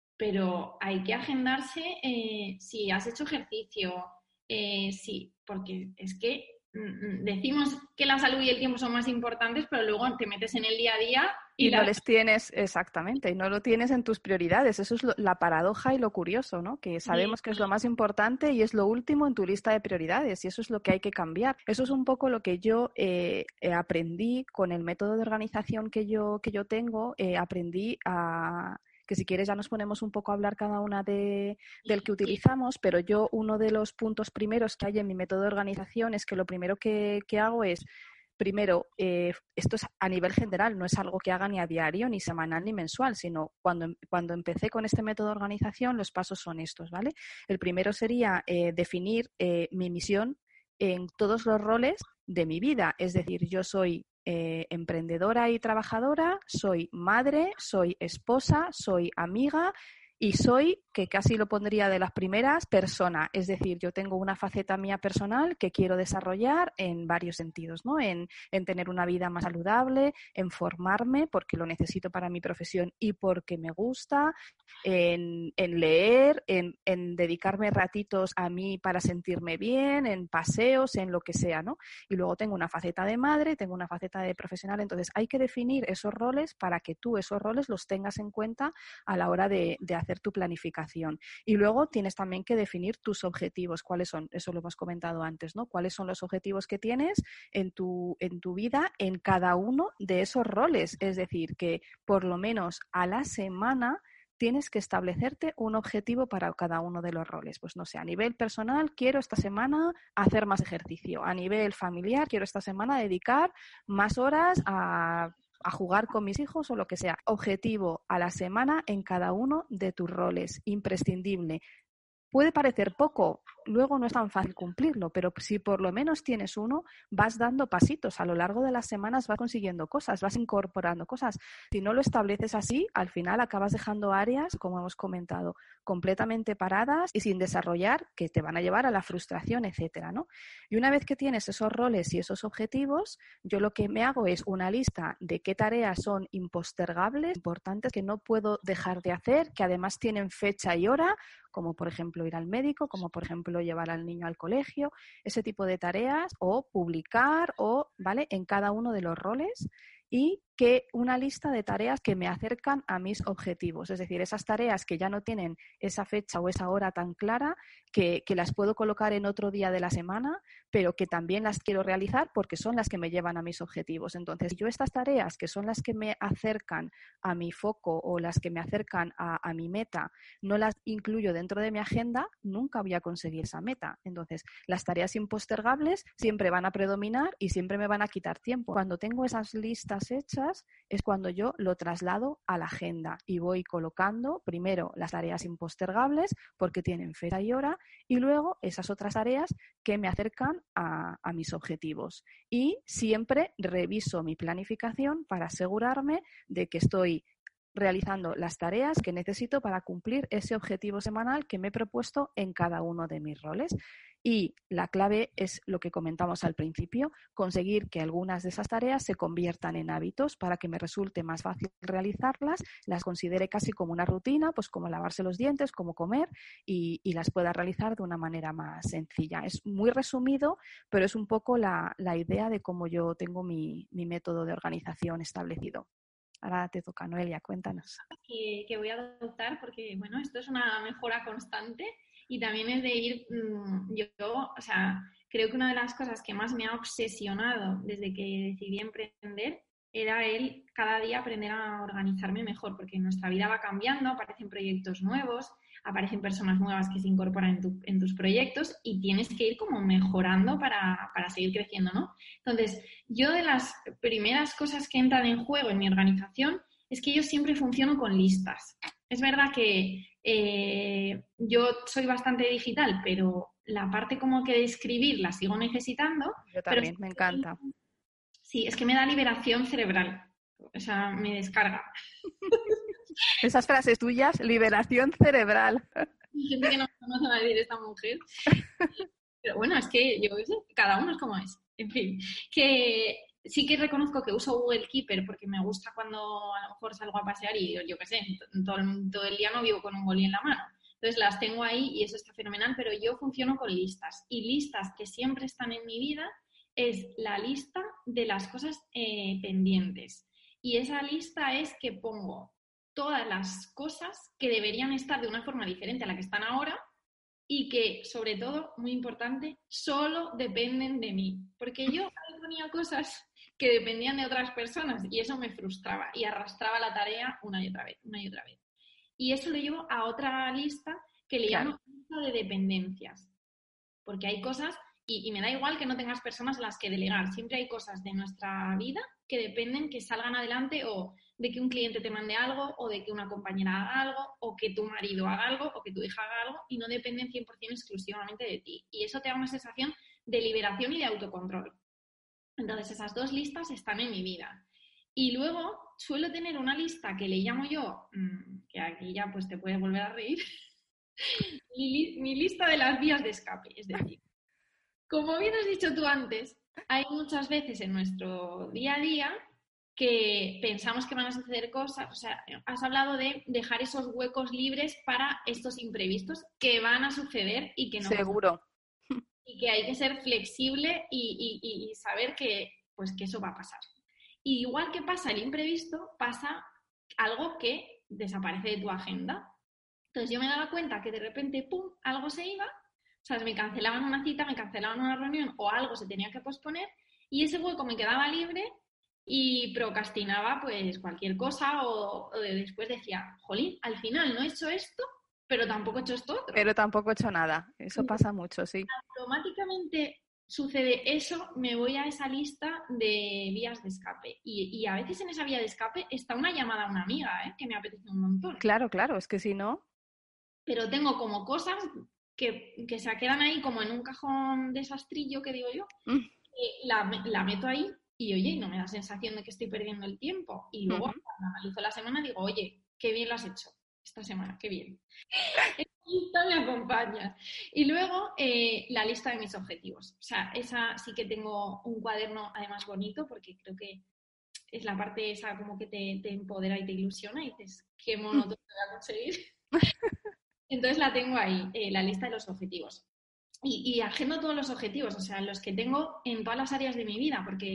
pero hay que agendarse eh, si has hecho ejercicio, eh, sí, porque es que mm, decimos que la salud y el tiempo son más importantes, pero luego te metes en el día a día y, Y no la... les tienes, exactamente, y no lo tienes en tus prioridades. Eso es lo, la paradoja y lo curioso, ¿no? Que sabemos que es lo más importante y es lo último en tu lista de prioridades y eso es lo que hay que cambiar. Eso es un poco lo que yo eh, aprendí con el método de organización que yo, que yo tengo. Eh, aprendí a... que si quieres ya nos ponemos un poco a hablar cada una de, del que utilizamos, pero yo uno de los puntos primeros que hay en mi método de organización es que lo primero que, que hago es primero, eh, esto es a nivel general, no es algo que haga ni a diario, ni semanal, ni mensual, sino cuando, cuando empecé con este método de organización, los pasos son estos, ¿vale? El primero sería eh, definir eh, mi misión en todos los roles de mi vida, es decir, yo soy eh, emprendedora y trabajadora, soy madre, soy esposa, soy amiga y soy, que casi lo pondría de las primeras, persona. Es decir, yo tengo una faceta mía personal que quiero desarrollar en varios sentidos, ¿no? En, en tener una vida más saludable, en formarme porque lo necesito para mi profesión y porque me gusta, en, en leer, en, en dedicarme ratitos a mí para sentirme bien, en paseos, en lo que sea, ¿no? Y luego tengo una faceta de madre, tengo una faceta de profesional. Entonces, hay que definir esos roles para que tú esos roles los tengas en cuenta a la hora de, de hacer tu planificación. Y luego tienes también que definir tus objetivos. ¿Cuáles son? Eso lo hemos comentado antes, ¿no? ¿Cuáles son los objetivos que tienes en tu, en tu vida en cada uno de esos roles? Es decir, que por lo menos a la semana tienes que establecerte un objetivo para cada uno de los roles. Pues no sé, a nivel personal quiero esta semana hacer más ejercicio. A nivel familiar quiero esta semana dedicar más horas a a jugar con mis hijos o lo que sea. Objetivo a la semana en cada uno de tus roles, imprescindible. Puede parecer poco, luego no es tan fácil cumplirlo, pero si por lo menos tienes uno, vas dando pasitos. A lo largo de las semanas vas consiguiendo cosas, vas incorporando cosas. Si no lo estableces así, al final acabas dejando áreas, como hemos comentado, completamente paradas y sin desarrollar, que te van a llevar a la frustración, etcétera, ¿no? Y una vez que tienes esos roles y esos objetivos, yo lo que me hago es una lista de qué tareas son impostergables, importantes, que no puedo dejar de hacer, que además tienen fecha y hora, como por ejemplo ir al médico, como por ejemplo llevar al niño al colegio, ese tipo de tareas, o publicar, o, ¿vale? En cada uno de los roles. Y que una lista de tareas que me acercan a mis objetivos. Es decir, esas tareas que ya no tienen esa fecha o esa hora tan clara, que, que las puedo colocar en otro día de la semana, pero que también las quiero realizar porque son las que me llevan a mis objetivos. Entonces, yo estas tareas que son las que me acercan a mi foco o las que me acercan a, a mi meta, no las incluyo dentro de mi agenda, nunca voy a conseguir esa meta. Entonces, las tareas impostergables siempre van a predominar y siempre me van a quitar tiempo. Cuando tengo esas listas hechas es cuando yo lo traslado a la agenda y voy colocando primero las tareas impostergables porque tienen fecha y hora y luego esas otras tareas que me acercan a, a mis objetivos. Y siempre reviso mi planificación para asegurarme de que estoy realizando las tareas que necesito para cumplir ese objetivo semanal que me he propuesto en cada uno de mis roles. Y la clave es lo que comentamos al principio, conseguir que algunas de esas tareas se conviertan en hábitos para que me resulte más fácil realizarlas, las considere casi como una rutina, pues como lavarse los dientes, como comer y, y las pueda realizar de una manera más sencilla. Es muy resumido, pero es un poco la, la idea de cómo yo tengo mi, mi método de organización establecido. Ahora te toca, Noelia, cuéntanos. Que, que voy a adoptar porque, bueno, esto es una mejora constante y también es de ir, mmm, yo, o sea, creo que una de las cosas que más me ha obsesionado desde que decidí emprender era el cada día aprender a organizarme mejor, porque nuestra vida va cambiando, aparecen proyectos nuevos, aparecen personas nuevas que se incorporan en, tu, en tus proyectos y tienes que ir como mejorando para, para seguir creciendo, ¿no? Entonces, yo de las primeras cosas que entran en juego en mi organización es que yo siempre funciono con listas. Es verdad que eh, yo soy bastante digital, pero la parte como que de escribir la sigo necesitando. Yo también, pero me encanta. Sí, es que me da liberación cerebral. O sea, me descarga. Esas frases tuyas, liberación cerebral. Gente que no conoce a decir esta mujer. Pero bueno, es que yo qué sé, cada uno es como es. En fin, que sí que reconozco que uso Google Keeper porque me gusta cuando a lo mejor salgo a pasear y yo qué sé, todo, todo el día no vivo con un boli en la mano. Entonces las tengo ahí y eso está fenomenal, pero yo funciono con listas. Y listas que siempre están en mi vida es la lista de las cosas eh, pendientes. Y esa lista es que pongo todas las cosas que deberían estar de una forma diferente a la que están ahora y que, sobre todo, muy importante, solo dependen de mí. Porque yo ponía cosas que dependían de otras personas y eso me frustraba y arrastraba la tarea una y otra vez, una y otra vez. Y eso lo llevo a otra lista que le Claro. llamo lista de dependencias. Porque hay cosas, y, y me da igual que no tengas personas a las que delegar, siempre hay cosas de nuestra vida que dependen que salgan adelante o de que un cliente te mande algo o de que una compañera haga algo o que tu marido haga algo o que tu hija haga algo y no dependen cien por ciento exclusivamente de ti. Y eso te da una sensación de liberación y de autocontrol. Entonces, esas dos listas están en mi vida. Y luego suelo tener una lista que le llamo yo, que aquí ya pues te puedes volver a reír, mi, mi lista de las vías de escape. Es decir, como bien has dicho tú antes, hay muchas veces en nuestro día a día que pensamos que van a suceder cosas, o sea, has hablado de dejar esos huecos libres para estos imprevistos que van a suceder y que no. Seguro. Y que hay que ser flexible y, y, y saber que, pues, que eso va a pasar. Y igual que pasa el imprevisto, pasa algo que desaparece de tu agenda. Entonces yo me daba cuenta que de repente, pum, algo se iba, o sea, me cancelaban una cita, me cancelaban una reunión o algo se tenía que posponer y ese hueco me quedaba libre y procrastinaba pues cualquier cosa o, o después decía, jolín, al final no he hecho esto, pero tampoco he hecho esto otro. Pero tampoco he hecho nada. Eso pasa mucho, sí. Automáticamente sucede eso, me voy a esa lista de vías de escape. Y, y a veces en esa vía de escape está una llamada a una amiga, ¿eh? Que me apetece un montón. Claro, claro, es que si no... Pero tengo como cosas que, que se quedan ahí como en un cajón desastrillo, que digo yo. Mm. La, la meto ahí y, oye, no me da sensación de que estoy perdiendo el tiempo. Y luego, uh-huh. cuando analizo la semana, digo, oye, qué bien lo has hecho esta semana, qué bien. Esta lista me acompaña. Y luego, eh, la lista de mis objetivos. O sea, esa sí que tengo un cuaderno, además, bonito, porque creo que es la parte esa como que te, te empodera y te ilusiona y dices, qué mono te voy a conseguir. Entonces la tengo ahí, eh, la lista de los objetivos. Y, y agendo todos los objetivos, o sea, los que tengo en todas las áreas de mi vida, porque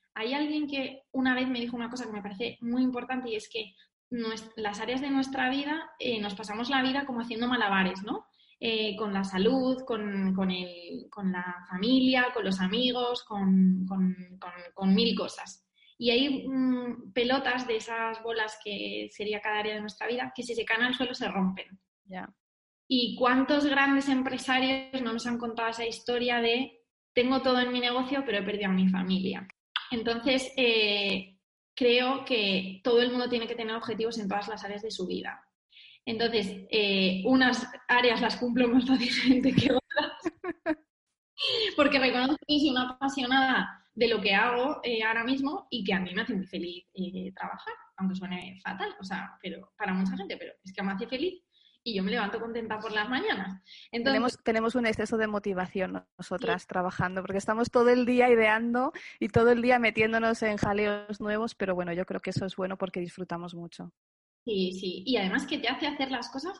Hay alguien que una vez me dijo una cosa que me parece muy importante y es que nuestra, las áreas de nuestra vida eh, nos pasamos la vida como haciendo malabares, ¿no? Eh, con la salud, con, con, el, con la familia, con los amigos, con, con, con, con mil cosas. Y hay mmm, pelotas de esas bolas que sería cada área de nuestra vida que si se caen al suelo se rompen. Ya. ¿Y cuántos grandes empresarios no nos han contado esa historia de tengo todo en mi negocio pero he perdido a mi familia? Entonces, eh, creo que todo el mundo tiene que tener objetivos en todas las áreas de su vida. Entonces, eh, unas áreas las cumplo más fácilmente que otras, porque reconozco que soy una apasionada de lo que hago eh, ahora mismo y que a mí me hace muy feliz eh, trabajar, aunque suene fatal, o sea, pero para mucha gente, pero es que me hace feliz y yo me levanto contenta por las mañanas. Entonces, tenemos, tenemos un exceso de motivación nosotras sí. trabajando, porque estamos todo el día ideando y todo el día metiéndonos en jaleos nuevos, pero bueno, yo creo que eso es bueno porque disfrutamos mucho. Sí, sí, y además que te hace hacer las cosas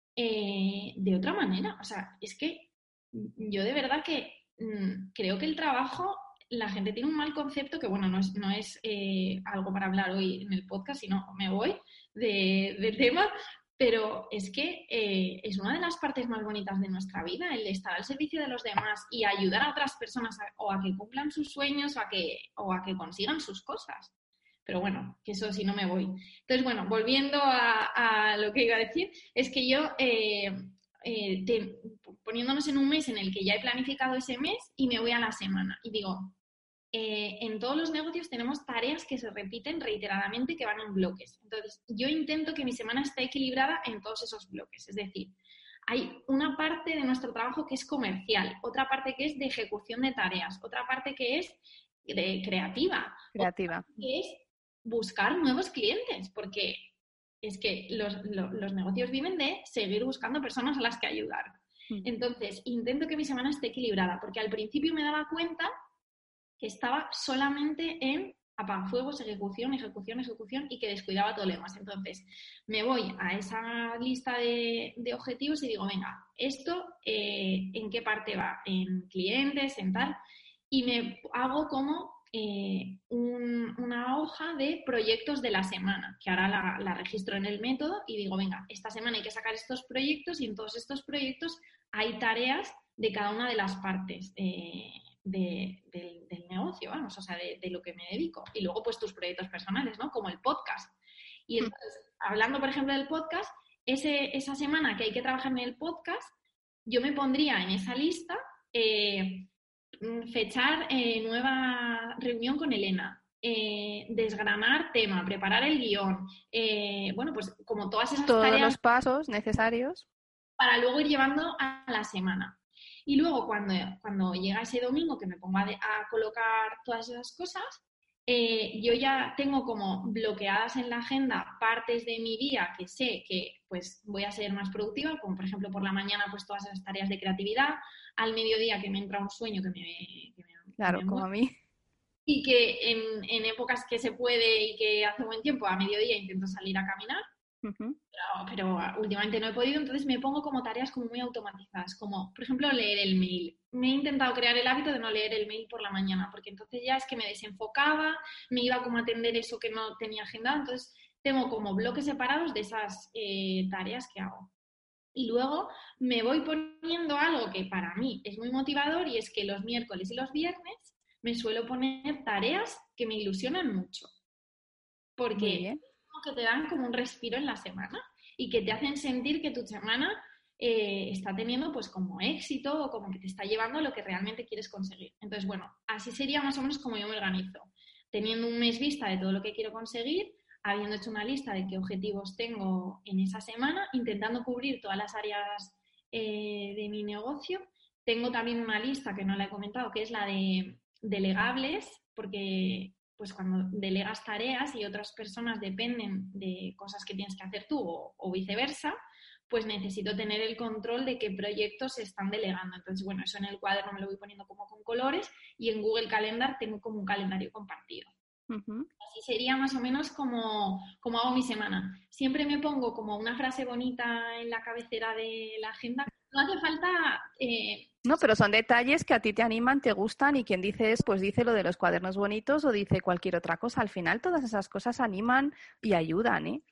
eh, de otra manera. O sea, es que yo de verdad que mmm, creo que el trabajo, la gente tiene un mal concepto que, bueno, no es, no es eh, algo para hablar hoy en el podcast, sino me voy de, del tema, pero es que eh, es una de las partes más bonitas de nuestra vida, el estar al servicio de los demás y ayudar a otras personas a, o a que cumplan sus sueños o a que, o a que consigan sus cosas. Pero bueno, que eso sí no me voy. Entonces, bueno, volviendo a, a lo que iba a decir, es que yo, eh, eh, te, poniéndonos en un mes en el que ya he planificado ese mes y me voy a la semana. Y digo, eh, en todos los negocios tenemos tareas que se repiten reiteradamente que van en bloques. Entonces, yo intento que mi semana esté equilibrada en todos esos bloques. Es decir, hay una parte de nuestro trabajo que es comercial, otra parte que es de ejecución de tareas, otra parte que es de creativa, creativa. Otra parte que es buscar nuevos clientes, porque es que los, los, los negocios viven de seguir buscando personas a las que ayudar. Mm. Entonces, intento que mi semana esté equilibrada, porque al principio me daba cuenta que estaba solamente en apagafuegos, ejecución, ejecución, ejecución y que descuidaba todo lo demás. Entonces, me voy a esa lista de, de objetivos y digo, venga, ¿esto eh, en qué parte va? ¿En clientes? ¿En tal? Y me hago como eh, un, una hoja de proyectos de la semana, que ahora la, la registro en el método y digo, venga, esta semana hay que sacar estos proyectos y en todos estos proyectos hay tareas de cada una de las partes eh, de, de, del negocio, vamos, o sea, de, de lo que me dedico. Y luego, pues, tus proyectos personales, ¿no? Como el podcast. Y entonces, hablando, por ejemplo, del podcast, ese, esa semana que hay que trabajar en el podcast, yo me pondría en esa lista eh, fechar eh, nueva reunión con Elena, eh, desgranar tema, preparar el guión, eh, bueno, pues como todas esas Todos tareas los pasos necesarios para luego ir llevando a la semana. Y luego cuando, cuando llega ese domingo que me pongo a, de, a colocar todas esas cosas, eh, yo ya tengo como bloqueadas en la agenda partes de mi día que sé que pues voy a ser más productiva, como por ejemplo por la mañana pues todas esas tareas de creatividad, al mediodía que me entra un sueño que me... Que me claro, que me como a mí. Y que en, en épocas que se puede y que hace buen tiempo, a mediodía intento salir a caminar. Uh-huh. Pero, pero últimamente no he podido, entonces me pongo como tareas como muy automatizadas, como por ejemplo leer el mail. Me he intentado crear el hábito de no leer el mail por la mañana, porque entonces ya es que me desenfocaba, me iba como a atender eso que no tenía agendado, entonces tengo como bloques separados de esas eh, tareas que hago. Y luego me voy poniendo algo que para mí es muy motivador y es que los miércoles y los viernes me suelo poner tareas que me ilusionan mucho. Porque que te dan como un respiro en la semana y que te hacen sentir que tu semana eh, está teniendo pues como éxito o como que te está llevando a lo que realmente quieres conseguir. Entonces, bueno, así sería más o menos como yo me organizo. Teniendo un mes vista de todo lo que quiero conseguir, habiendo hecho una lista de qué objetivos tengo en esa semana, intentando cubrir todas las áreas eh, de mi negocio. Tengo también una lista que no la he comentado, que es la de delegables, porque pues cuando delegas tareas y otras personas dependen de cosas que tienes que hacer tú o, o viceversa, pues necesito tener el control de qué proyectos se están delegando. Entonces, bueno, eso en el cuaderno me lo voy poniendo como con colores y en Google Calendar tengo como un calendario compartido. Uh-huh. Así sería más o menos como, como hago mi semana. Siempre me pongo como una frase bonita en la cabecera de la agenda no hace falta... Eh, No, pero son detalles que a ti te animan, te gustan y quien dice es, pues dice lo de los cuadernos bonitos o dice cualquier otra cosa. Al final todas esas cosas animan y ayudan, ¿eh?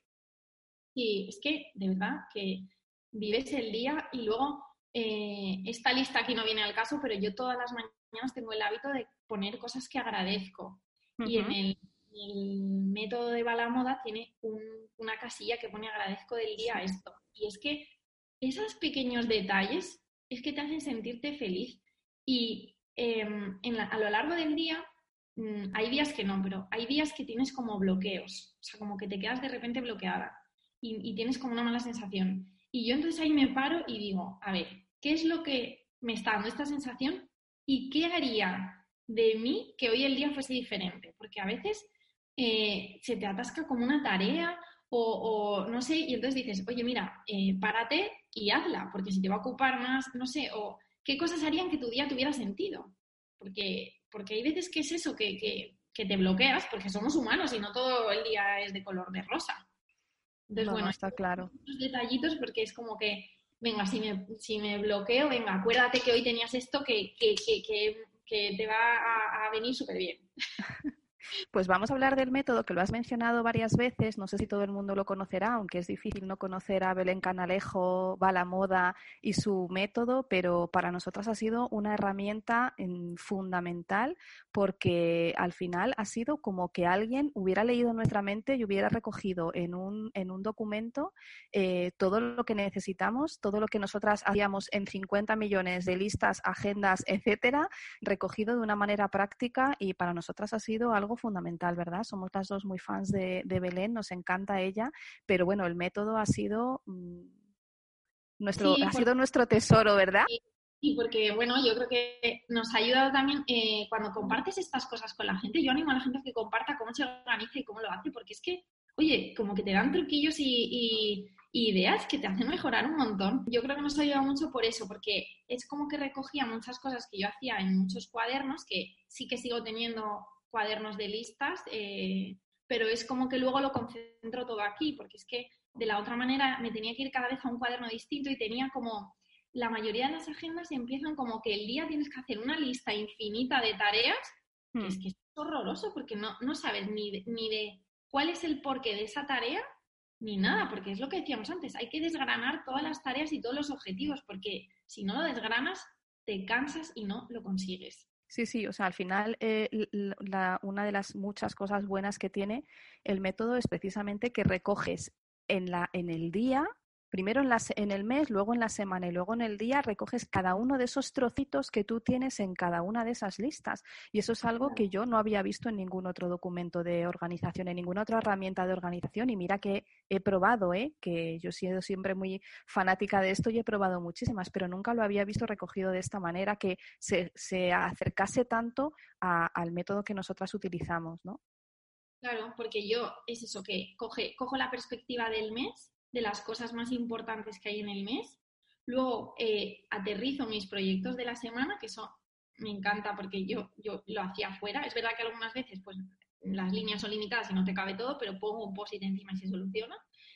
Sí, es que de verdad que vives el día y luego eh, esta lista aquí no viene al caso, pero yo todas las mañanas tengo el hábito de poner cosas que agradezco. Uh-huh. Y en el, el método de Balamoda tiene un, una casilla que pone agradezco del día esto. Y es que esos pequeños detalles es que te hacen sentirte feliz. Y eh, en la, a lo largo del día mmm, hay días que no, pero hay días que tienes como bloqueos. O sea, como que te quedas de repente bloqueada. Y, y tienes como una mala sensación. Y yo entonces ahí me paro y digo, a ver, ¿qué es lo que me está dando esta sensación? ¿Y qué haría de mí que hoy el día fuese diferente? Porque a veces eh, se te atasca como una tarea o, o no sé, y entonces dices, oye, mira, eh, párate y hazla, porque si te va a ocupar más, no sé, o qué cosas harían que tu día tuviera sentido. Porque, porque hay veces que es eso, que, que, que te bloqueas, porque somos humanos y no todo el día es de color de rosa. Entonces, no, bueno, no, está claro. Estos detallitos porque es como que, venga, si me, si me bloqueo, venga, acuérdate que hoy tenías esto que, que, que, que, que te va a, a venir súper bien. Pues vamos a hablar del método, que lo has mencionado varias veces, no sé si todo el mundo lo conocerá, aunque es difícil no conocer a Belén Canalejo, Balamoda y su método, pero para nosotras ha sido una herramienta en, fundamental porque al final ha sido como que alguien hubiera leído nuestra mente y hubiera recogido en un, en un documento eh, todo lo que necesitamos, todo lo que nosotras hacíamos en cincuenta millones de listas, agendas, etcétera, recogido de una manera práctica y para nosotras ha sido algo fundamental, ¿verdad? Somos las dos muy fans de, de Belén, nos encanta ella, pero bueno, el método ha sido mmm, nuestro, sí, ha porque, sido nuestro tesoro, ¿verdad? Sí, sí, porque bueno, yo creo que nos ha ayudado también eh, cuando compartes estas cosas con la gente. Yo animo a la gente a que comparta cómo se organiza y cómo lo hace, porque es que, oye, como que te dan truquillos y, y, y ideas que te hacen mejorar un montón. Yo creo que nos ha ayudado mucho por eso, porque es como que recogía muchas cosas que yo hacía en muchos cuadernos, que sí que sigo teniendo cuadernos de listas, eh, pero es como que luego lo concentro todo aquí, porque es que de la otra manera me tenía que ir cada vez a un cuaderno distinto y tenía como, la mayoría de las agendas empiezan como que el día tienes que hacer una lista infinita de tareas, que hmm. es que es horroroso porque no, no sabes ni de, ni de cuál es el porqué de esa tarea, ni nada, porque es lo que decíamos antes, hay que desgranar todas las tareas y todos los objetivos, porque si no lo desgranas, te cansas y no lo consigues. Sí, sí, o sea, al final eh, la, una de las muchas cosas buenas que tiene el método es precisamente que recoges en, la, en el día, primero en, la, en el mes, luego en la semana y luego en el día, recoges cada uno de esos trocitos que tú tienes en cada una de esas listas. Y eso es algo que yo no había visto en ningún otro documento de organización, en ninguna otra herramienta de organización. Y mira que he probado, ¿eh? que yo he sido siempre muy fanática de esto y he probado muchísimas, pero nunca lo había visto recogido de esta manera, que se, se acercase tanto a, al método que nosotras utilizamos, ¿no? Claro, porque yo es eso, que coge, cojo la perspectiva del mes, de las cosas más importantes que hay en el mes, luego eh, aterrizo mis proyectos de la semana, que eso me encanta porque yo, yo lo hacía afuera. Es verdad que algunas veces pues las líneas son limitadas y no te cabe todo, pero pongo un post-it encima y se soluciona.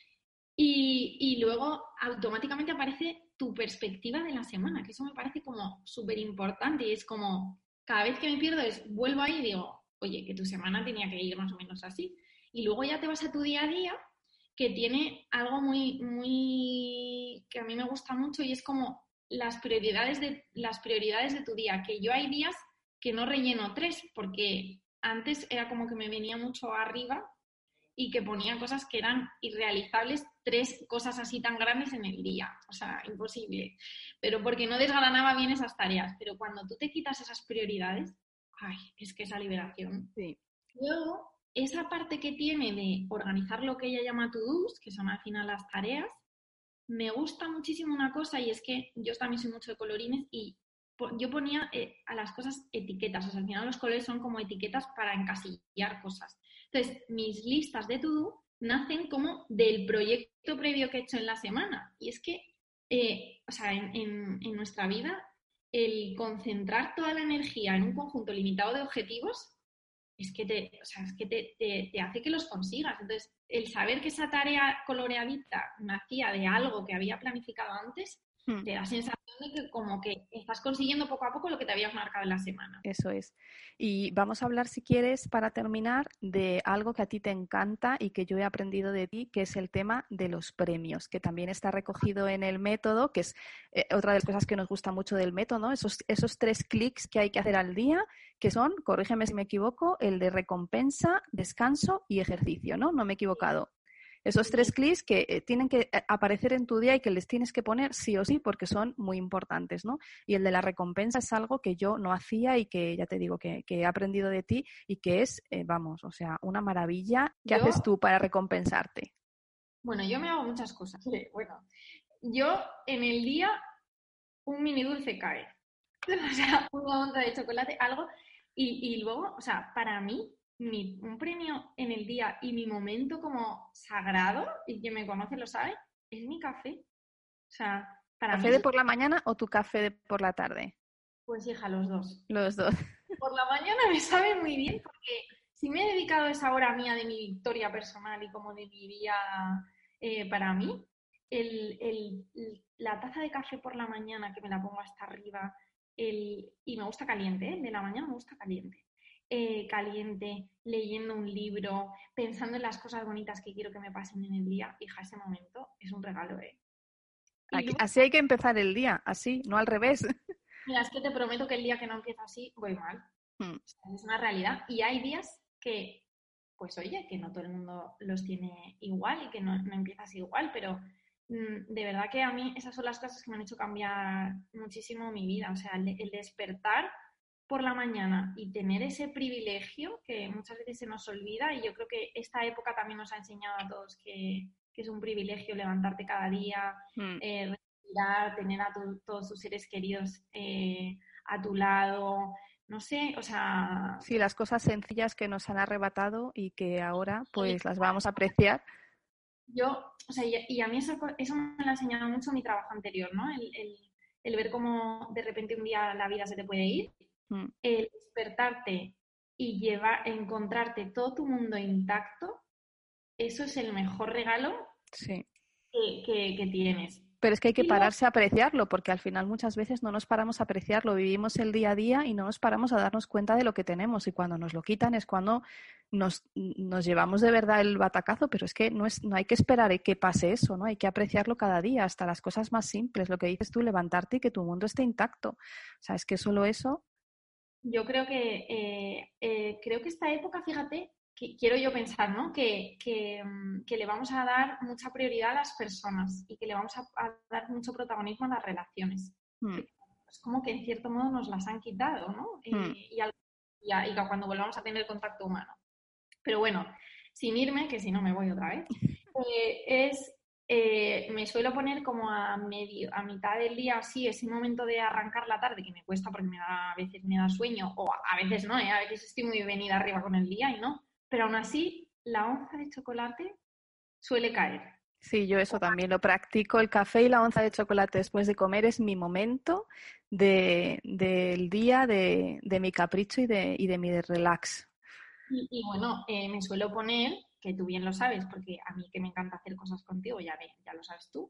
Y, y luego automáticamente aparece tu perspectiva de la semana, que eso me parece como súper importante y es como, cada vez que me pierdo es, vuelvo ahí y digo, oye, que tu semana tenía que ir más o menos así. Y luego ya te vas a tu día a día, que tiene algo muy, muy, que a mí me gusta mucho y es como las prioridades de, las prioridades de tu día, que yo hay días que no relleno tres, porque antes era como que me venía mucho arriba y que ponía cosas que eran irrealizables, tres cosas así tan grandes en el día, o sea, imposible, pero porque no desgranaba bien esas tareas. Pero cuando tú te quitas esas prioridades, ay, es que esa liberación. Sí. Luego, esa parte que tiene de organizar lo que ella llama to-dos, que son al final las tareas, me gusta muchísimo una cosa y es que yo también soy mucho de colorines y yo ponía eh, a las cosas etiquetas, o sea, al final los colores son como etiquetas para encasillar cosas. Entonces, mis listas de to-do nacen como del proyecto previo que he hecho en la semana. Y es que, eh, o sea, en, en, en nuestra vida, el concentrar toda la energía en un conjunto limitado de objetivos es que te, o sea, es que te, te, te hace que los consigas. Entonces, el saber que esa tarea coloreadita nacía de algo que había planificado antes, Mm. Te da sensación de que como que estás consiguiendo poco a poco lo que te habías marcado en la semana. Eso es. Y vamos a hablar, si quieres, para terminar, de algo que a ti te encanta y que yo he aprendido de ti, que es el tema de los premios, que también está recogido en el método, que es eh, otra de las cosas que nos gusta mucho del método, ¿no? Esos, esos tres clics que hay que hacer al día, que son, corrígeme si me equivoco, el de recompensa, descanso y ejercicio, ¿no? No me he equivocado. Esos tres clics que eh, tienen que eh, aparecer en tu día y que les tienes que poner sí o sí porque son muy importantes, ¿no? Y el de la recompensa es algo que yo no hacía y que ya te digo que, que he aprendido de ti y que es, eh, vamos, o sea, una maravilla. ¿Qué Yo, haces tú para recompensarte? bueno, yo me hago muchas cosas. Bueno, yo en el día un mini dulce cae. O sea, una onza de chocolate, algo. Y, y luego, o sea, para mí, mi, un premio en el día y mi momento como sagrado, y quien me conoce lo sabe, es mi café. O sea, para mí ¿Café de eso, por la mañana o tu café de por la tarde? pues hija, los dos. Los dos. Por la mañana me sabe muy bien porque si me he dedicado esa hora mía de mi victoria personal y como de mi día eh, para mí, el, el, la taza de café por la mañana que me la pongo hasta arriba el, y me gusta caliente, ¿eh? De la mañana me gusta caliente. Eh, caliente, leyendo un libro, pensando en las cosas bonitas que quiero que me pasen en el día, hija, ese momento es un regalo, ¿eh? Y Aquí- luego, Así hay que empezar el día, así, no al revés. mira, es que te prometo que el día que no empieza así, voy mal. Mm. O sea, es una realidad. Y hay días que, pues oye, que no todo el mundo los tiene igual y que no, no empiezas igual, pero mmm, de verdad que a mí esas son las cosas que me han hecho cambiar muchísimo mi vida. O sea, el, el despertar por la mañana y tener ese privilegio que muchas veces se nos olvida, y yo creo que esta época también nos ha enseñado a todos que, que es un privilegio levantarte cada día, Mm. eh, respirar, tener a tu, todos tus seres queridos eh, a tu lado, no sé, o sea, Sí, las cosas sencillas que nos han arrebatado y que ahora pues las vamos a apreciar. yo, o sea, y, y a mí eso, eso me lo ha enseñado mucho mi trabajo anterior, ¿no? El, el, el ver cómo de repente un día la vida se te puede ir, Mm. el despertarte y llevar, encontrarte todo tu mundo intacto, eso es el mejor regalo Sí. que, que, que tienes. Pero es que hay que Y luego, pararse a apreciarlo, porque al final muchas veces no nos paramos a apreciarlo, vivimos el día a día y no nos paramos a darnos cuenta de lo que tenemos. Y cuando nos lo quitan es cuando nos, nos llevamos de verdad el batacazo, pero es que no, es, no hay que esperar a que pase eso, ¿no? Hay que apreciarlo cada día, hasta las cosas más simples, lo que dices tú, levantarte y que tu mundo esté intacto. O sea, es que solo eso. yo creo que, eh, eh, creo que esta época, fíjate, que quiero yo pensar, ¿no? Que, que, mm, que le vamos a dar mucha prioridad a las personas y que le vamos a, a dar mucho protagonismo a las relaciones. Mm, Que es como que en cierto modo nos las han quitado, ¿no? mm. Eh, y, al- y, a- y a cuando volvamos a tener contacto humano. Pero bueno, sin irme, que si no me voy otra vez, eh, es, eh, me suelo poner como a medio, a mitad del día, así, ese momento de arrancar la tarde, que me cuesta porque me da, a veces me da sueño, o a, a veces no, ¿eh? A veces estoy muy venida arriba con el día y no, pero aún así, la onza de chocolate suele caer. Sí, yo eso también lo practico. El café y la onza de chocolate después de comer es mi momento de, del día, de, de mi capricho y de, y de mi relax. Y, y bueno, eh, me suelo poner, que tú bien lo sabes, porque a mí que me encanta hacer cosas contigo, ya, ve- ya lo sabes tú,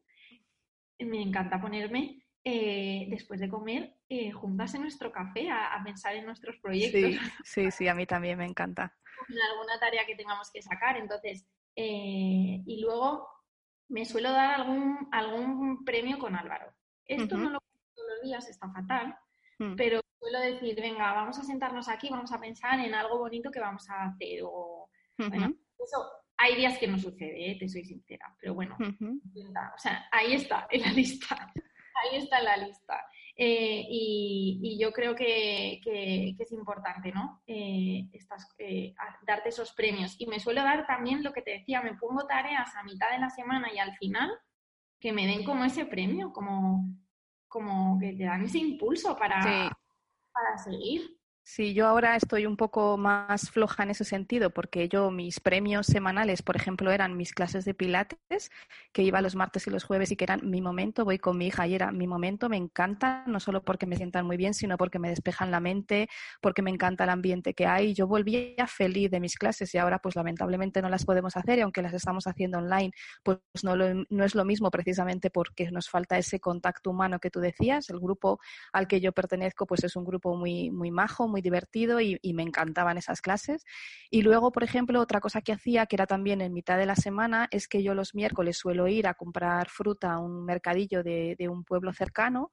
me encanta ponerme eh, después de comer eh, juntas en nuestro café a, a pensar en nuestros proyectos, Sí, sí, sí, a mí también me encanta. en alguna tarea que tengamos que sacar. Entonces, eh, y luego me suelo dar algún, algún premio con Álvaro. Esto Ujú, no lo hago todos los días, está fatal, mm, pero suelo decir, venga, vamos a sentarnos aquí, vamos a pensar en algo bonito que vamos a hacer. O, bueno, ujú, eso hay días que no sucede, ¿eh? Te soy sincera, pero bueno, ujú. o sea, ahí está en la lista. Ahí está en la lista. Eh, y, y, yo creo que, que, que es importante, ¿no? Eh, estas, eh, darte esos premios. Y me suelo dar también lo que te decía, me pongo tareas a mitad de la semana y al final que me den como ese premio, como, como que te dan ese impulso para, Sí, para seguir. Sí, yo ahora estoy un poco más floja en ese sentido porque yo mis premios semanales, por ejemplo, eran mis clases de pilates, que iba los martes y los jueves y que eran mi momento, voy con mi hija y era mi momento, me encanta, no solo porque me sientan muy bien, sino porque me despejan la mente, porque me encanta el ambiente que hay. Yo volvía feliz de mis clases y ahora pues lamentablemente no las podemos hacer y aunque las estamos haciendo online, pues no, lo, no es lo mismo precisamente porque nos falta ese contacto humano que tú decías. El grupo al que yo pertenezco pues es un grupo muy, muy majo, muy divertido y, y me encantaban esas clases. Y luego, por ejemplo, otra cosa que hacía, que era también en mitad de la semana, es que yo los miércoles suelo ir a comprar fruta a un mercadillo de, de un pueblo cercano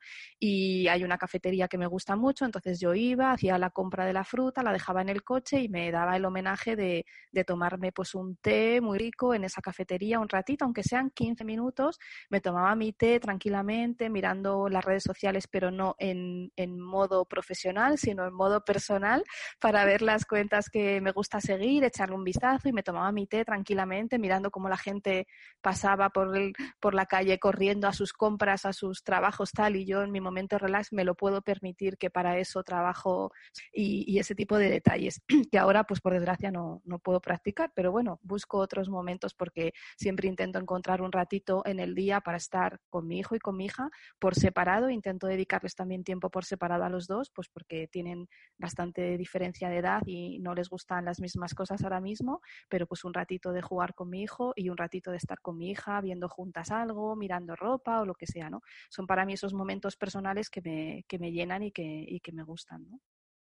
y hay una cafetería que me gusta mucho, entonces yo iba, hacía la compra de la fruta, la dejaba en el coche y me daba el homenaje de, de tomarme pues un té muy rico en esa cafetería un ratito, aunque sean quince minutos, me tomaba mi té tranquilamente mirando las redes sociales, pero no en, en modo profesional, sino en modo personal, para ver las cuentas que me gusta seguir, echarle un vistazo y me tomaba mi té tranquilamente mirando cómo la gente pasaba por, el, por la calle corriendo a sus compras, a sus trabajos tal, y yo en mi momento relax me lo puedo permitir, que para eso trabajo y, y ese tipo de detalles que ahora pues por desgracia no, no puedo practicar, pero bueno, busco otros momentos porque siempre intento encontrar un ratito en el día para estar con mi hijo y con mi hija por separado, intento dedicarles también tiempo por separado a los dos, pues porque tienen bastante diferencia de edad y no les gustan las mismas cosas ahora mismo, pero pues un ratito de jugar con mi hijo y un ratito de estar con mi hija viendo juntas algo, mirando ropa o lo que sea, ¿no? Son para mí esos momentos personales que me, que me llenan y que, y que me gustan, ¿no?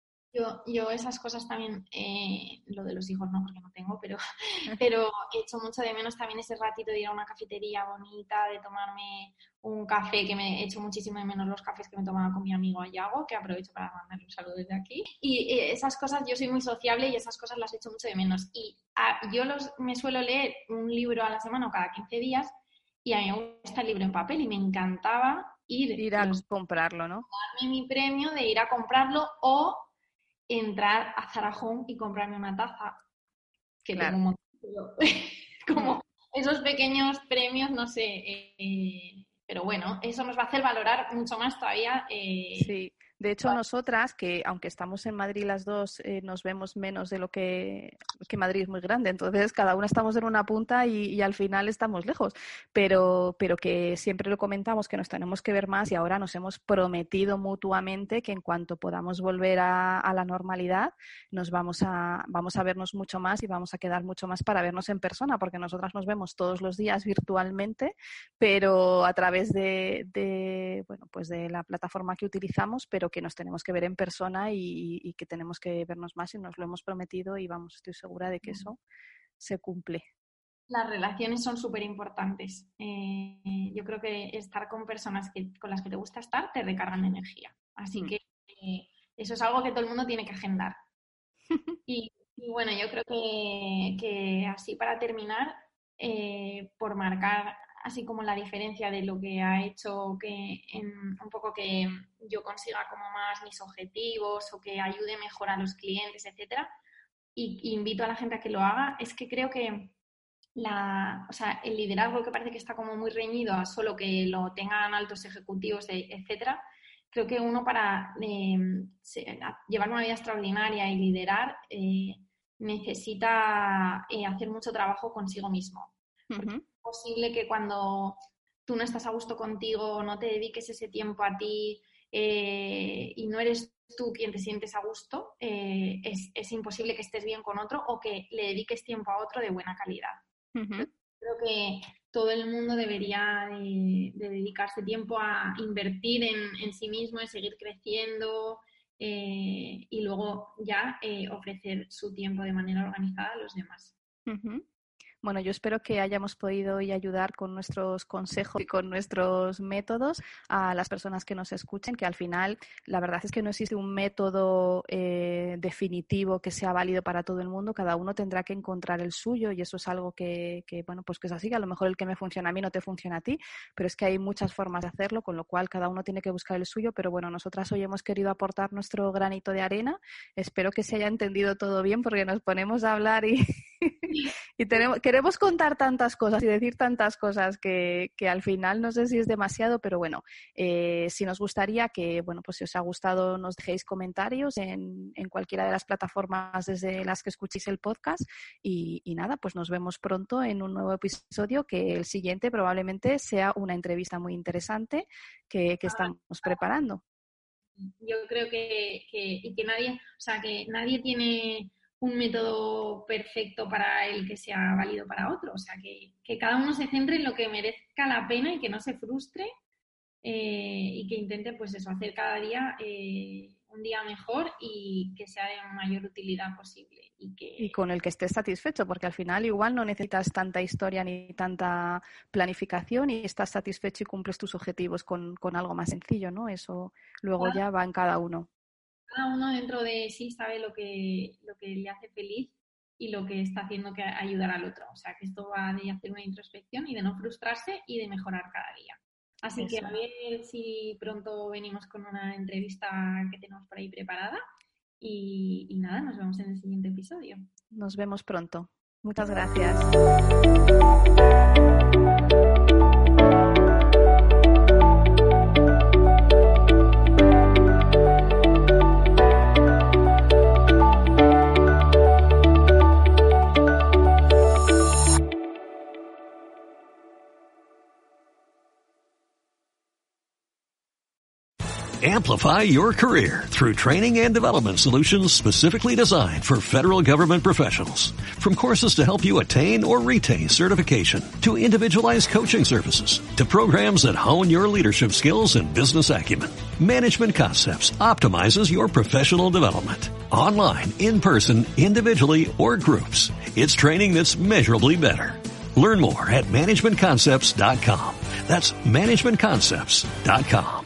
Yo, yo esas cosas también, eh, lo de los hijos no, porque no tengo, pero, pero echo mucho de menos también ese ratito de ir a una cafetería bonita, de tomarme un café, que me echo muchísimo de menos los cafés que me tomaba con mi amigo Ayago, que aprovecho para mandarle un saludo desde aquí. Y eh, esas cosas, yo soy muy sociable y esas cosas las echo mucho de menos. Y a, yo los, me suelo leer un libro a la semana o cada quince días y a mí me gusta el libro en papel y me encantaba ir, Ir a los, comprarlo, ¿no? darme mi premio de ir a comprarlo o entrar a Zara Home y comprarme una taza, que Claro. tengo un montón, como esos pequeños premios, no sé, eh, pero bueno, eso nos va a hacer valorar mucho más todavía. Eh, Sí, de hecho nosotras, que aunque estamos en Madrid las dos, eh, nos vemos menos de lo que, que Madrid es muy grande, entonces cada una estamos en una punta y, y al final estamos lejos, pero, pero que siempre lo comentamos que nos tenemos que ver más y ahora nos hemos prometido mutuamente que en cuanto podamos volver a, a la normalidad nos vamos a, vamos a vernos mucho más y vamos a quedar mucho más para vernos en persona, porque nosotras nos vemos todos los días virtualmente, pero a través de, de, bueno, pues de la plataforma que utilizamos, pero que nos tenemos que ver en persona y, y que tenemos que vernos más y nos lo hemos prometido y vamos, estoy segura de que eso se cumple. Las relaciones son súper importantes. Eh, yo creo que estar con personas que, con las que te gusta estar te recargan de energía. Así mm. que eh, eso es algo que todo el mundo tiene que agendar. y, y bueno, yo creo que, que así para terminar, eh, por marcar así como la diferencia de lo que ha hecho que en, un poco que yo consiga como más mis objetivos o que ayude mejor a los clientes, etcétera, y, y invito a la gente a que lo haga, es que creo que la, o sea, el liderazgo, que parece que está como muy reñido a solo que lo tengan altos ejecutivos, etcétera, creo que uno para eh, llevar una vida extraordinaria y liderar eh, necesita eh, hacer mucho trabajo consigo mismo. Porque uh-huh. es posible que cuando tú no estás a gusto contigo, no te dediques ese tiempo a ti eh, y no eres tú quien te sientes a gusto, eh, es, es imposible que estés bien con otro o que le dediques tiempo a otro de buena calidad. Uh-huh. Creo que todo el mundo debería de, de dedicarse tiempo a invertir en, en sí mismo, en seguir creciendo eh, y luego ya eh, ofrecer su tiempo de manera organizada a los demás. Uh-huh. Bueno, yo espero que hayamos podido hoy ayudar con nuestros consejos y con nuestros métodos a las personas que nos escuchen, que al final la verdad es que no existe un método eh, definitivo que sea válido para todo el mundo. Cada uno tendrá que encontrar el suyo y eso es algo que, que bueno, pues que es así, que a lo mejor el que me funciona a mí no te funciona a ti, pero es que hay muchas formas de hacerlo, con lo cual cada uno tiene que buscar el suyo. Pero bueno, nosotras hoy hemos querido aportar nuestro granito de arena. Espero que se haya entendido todo bien porque nos ponemos a hablar y... Y tenemos, queremos contar tantas cosas y decir tantas cosas que, que al final no sé si es demasiado, pero bueno, eh, si nos gustaría que, bueno, pues si os ha gustado nos dejéis comentarios en, en cualquiera de las plataformas desde las que escuchéis el podcast y, y nada, pues nos vemos pronto en un nuevo episodio, que el siguiente probablemente sea una entrevista muy interesante que, que estamos preparando. Yo creo que, que, y que nadie, o sea, que nadie tiene un método perfecto para el que sea válido para otro. O sea, que, que cada uno se centre en lo que merezca la pena y que no se frustre eh, y que intente, pues eso, hacer cada día eh, un día mejor y que sea de mayor utilidad posible. Y, que... y con el que estés satisfecho, porque al final igual no necesitas tanta historia ni tanta planificación y estás satisfecho y cumples tus objetivos con, con algo más sencillo, ¿no? Eso luego claro. Ya va en cada uno. Cada uno dentro de sí sabe lo que, lo que le hace feliz y lo que está haciendo que ayudar al otro. O sea, que esto va de hacer una introspección y de no frustrarse y de mejorar cada día. Así Eso. Que a ver si pronto venimos con una entrevista que tenemos por ahí preparada. Y, y nada, nos vemos en el siguiente episodio. Nos vemos pronto. Muchas gracias. Amplify your career through training and development solutions specifically designed for federal government professionals. From courses to help you attain or retain certification, to individualized coaching services, to programs that hone your leadership skills and business acumen, Management Concepts optimizes your professional development. Online, in person, individually, or groups, it's training that's measurably better. Learn more at management concepts dot com. That's management concepts dot com.